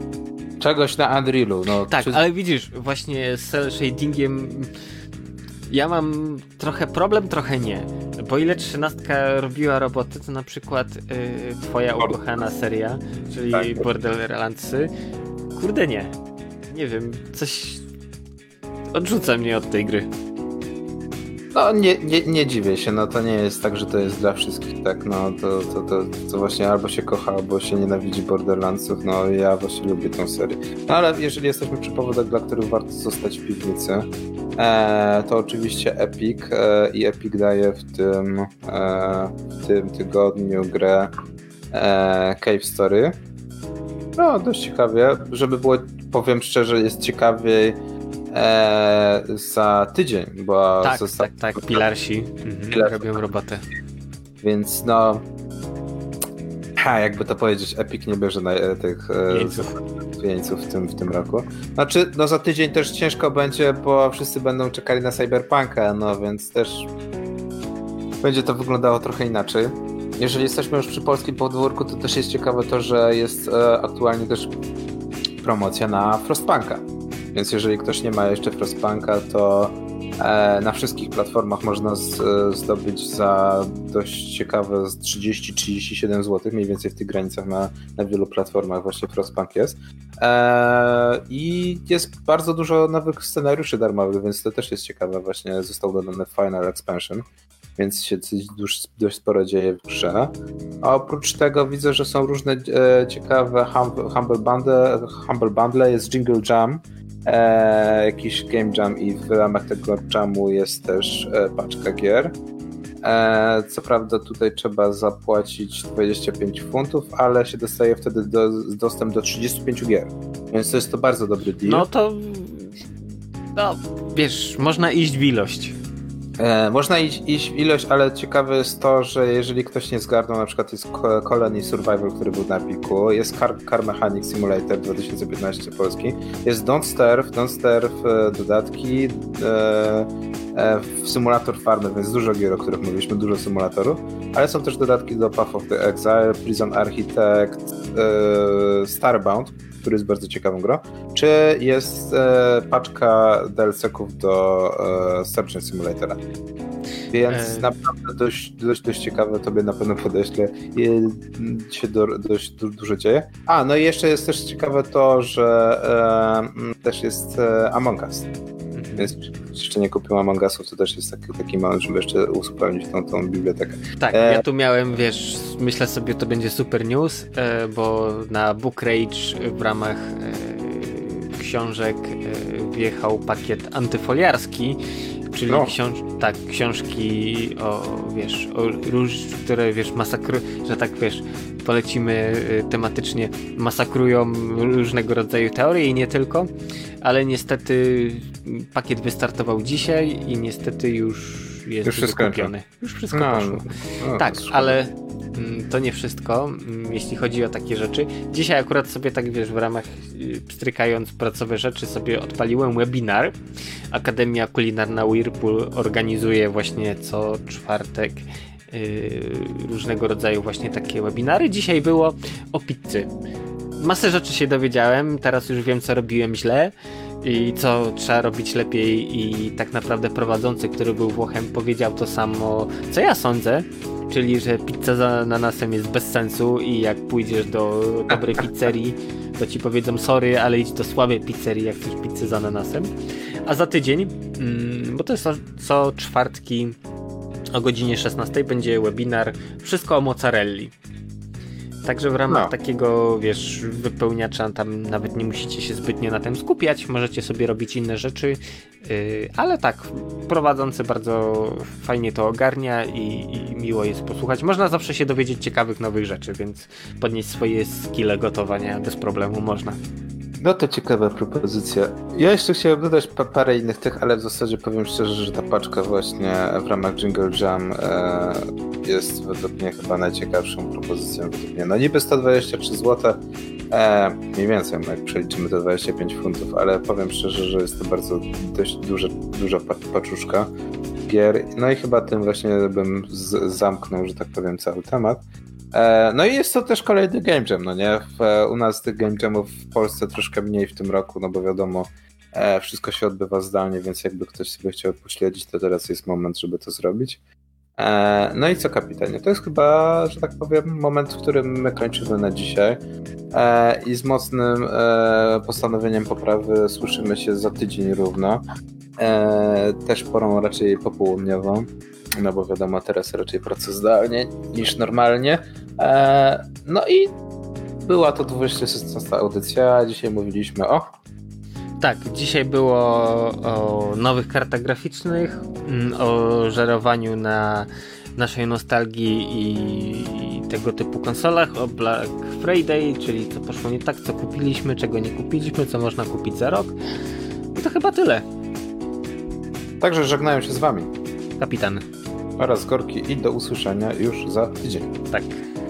czegoś na Unrealu. No, tak, ale widzisz, właśnie z cel shadingiem Ja mam trochę problem, trochę nie. Bo ile 13 robiła roboty, to na przykład twoja ukochana seria, czyli tak, Borderlandsy, kurde nie. Nie wiem, coś odrzuca mnie od tej gry. No nie dziwię się, no to nie jest tak, że to jest dla wszystkich, tak, no to właśnie albo się kocha, albo się nienawidzi Borderlandsów, no ja właśnie lubię tę serię. No ale jeżeli jesteśmy przy powodach, dla których warto zostać w piwnicy, to oczywiście Epic i Epic daje w tym tygodniu grę Cave Story. No dość ciekawie, żeby było, powiem szczerze, jest ciekawiej za tydzień, bo tak, Pilarsi robią robotę. Więc no jakby to powiedzieć, Epic nie bierze tych jeńców w tym roku. Znaczy, no za tydzień też ciężko będzie, bo wszyscy będą czekali na Cyberpunka, no więc też będzie to wyglądało trochę inaczej. Jeżeli jesteśmy już przy polskim podwórku, to też jest ciekawe to, że jest aktualnie też promocja na Frostpunka. Więc jeżeli ktoś nie ma jeszcze Frostpunka, to na wszystkich platformach można zdobyć za dość ciekawe 30-37 zł, mniej więcej w tych granicach na wielu platformach właśnie Frostpunk jest. I jest bardzo dużo nowych scenariuszy darmowych, więc to też jest ciekawe. Właśnie został dodany Final Expansion, więc się dość sporo dzieje w grze. A oprócz tego widzę, że są różne ciekawe Humble Bundle, jest Jingle Jam, jakiś Game Jam i w ramach tego jamu jest też paczka gier. Co prawda tutaj trzeba zapłacić 25 funtów, ale się dostaje wtedy dostęp do 35 gier. Więc to jest to bardzo dobry deal. No to wiesz, można iść w ilość. Można iść w ilość, ale ciekawe jest to, że jeżeli ktoś nie zgarnął, na przykład jest Colony Survival, który był na Epiku, jest Car Mechanic Simulator 2015 polski, jest Don't Starve dodatki, Simulator Farmy, więc dużo gier, o których mówiliśmy, dużo symulatorów, ale są też dodatki do Path of the Exile, Prison Architect, Starbound, który jest bardzo ciekawą grą, czy jest paczka DLC-ków do Surgeon Simulatora. Więc naprawdę dość ciekawe, tobie na pewno podeślę. Się dość dużo dzieje. No i jeszcze jest też ciekawe to, że też jest Among Us. Więc jeszcze nie kupiłem Among Usów, to też jest taki moment, żeby jeszcze uzupełnić tą bibliotekę. Tak, ja tu miałem, wiesz, myślę sobie, to będzie super news, bo na Book Rage w ramach książek wjechał pakiet antyfoliarski, czyli książki które, wiesz, że tak, wiesz, polecimy tematycznie, masakrują różnego rodzaju teorie i nie tylko, ale niestety pakiet wystartował dzisiaj i niestety już jest wykupiony. Już wszystko poszło. Tak, ale to nie wszystko, jeśli chodzi o takie rzeczy. Dzisiaj akurat sobie tak, wiesz, w ramach strykając pracowe rzeczy sobie odpaliłem webinar. Akademia Kulinarna Whirlpool organizuje właśnie co czwartek różnego rodzaju właśnie takie webinary. Dzisiaj było o pizzy. Masę rzeczy się dowiedziałem, teraz już wiem, co robiłem źle i co trzeba robić lepiej, i tak naprawdę prowadzący, który był Włochem, powiedział to samo, co ja sądzę, czyli, że pizza z ananasem jest bez sensu i jak pójdziesz do dobrej pizzerii, to ci powiedzą sorry, ale idź do słabej pizzerii, jak chcesz pizzę z ananasem. A za tydzień, bo to jest co czwartki o godzinie 16 będzie webinar Wszystko o mozzarelli. Także w ramach takiego, wiesz, wypełniacza tam nawet nie musicie się zbytnio na tym skupiać, możecie sobie robić inne rzeczy, ale tak, prowadzący bardzo fajnie to ogarnia i miło jest posłuchać. Można zawsze się dowiedzieć ciekawych nowych rzeczy, więc podnieść swoje skille gotowania bez problemu można. No to ciekawa propozycja. Ja jeszcze chciałem dodać parę innych tych, ale w zasadzie powiem szczerze, że ta paczka właśnie w ramach Jingle Jam jest według mnie chyba najciekawszą propozycją według mnie. No niby 123 zł, mniej więcej, jak przeliczymy to 25 funtów, ale powiem szczerze, że jest to bardzo dość duża paczuszka gier. No i chyba tym właśnie bym zamknął, że tak powiem, cały temat. No i jest to też kolejny Game Jam, no nie? U nas tych Game Jamów w Polsce troszkę mniej w tym roku, no bo wiadomo, Wszystko się odbywa zdalnie, więc jakby ktoś sobie chciał pośledzić, to teraz jest moment, żeby to zrobić. No i co, kapitanie? To jest chyba, że tak powiem, moment, w którym my kończymy na dzisiaj i z mocnym postanowieniem poprawy słyszymy się za tydzień równo. Też porą raczej popołudniową, no bo wiadomo, teraz raczej praca zdalnie niż normalnie. No i była to 216 audycja, a dzisiaj mówiliśmy o... Tak, dzisiaj było o nowych kartach graficznych, o żerowaniu na naszej nostalgii i tego typu konsolach, o Black Friday, czyli co poszło nie tak, co kupiliśmy, czego nie kupiliśmy, co można kupić za rok. I to chyba tyle. Także żegnają się z wami Kapitan. oraz Gorki i do usłyszenia już za tydzień. Tak.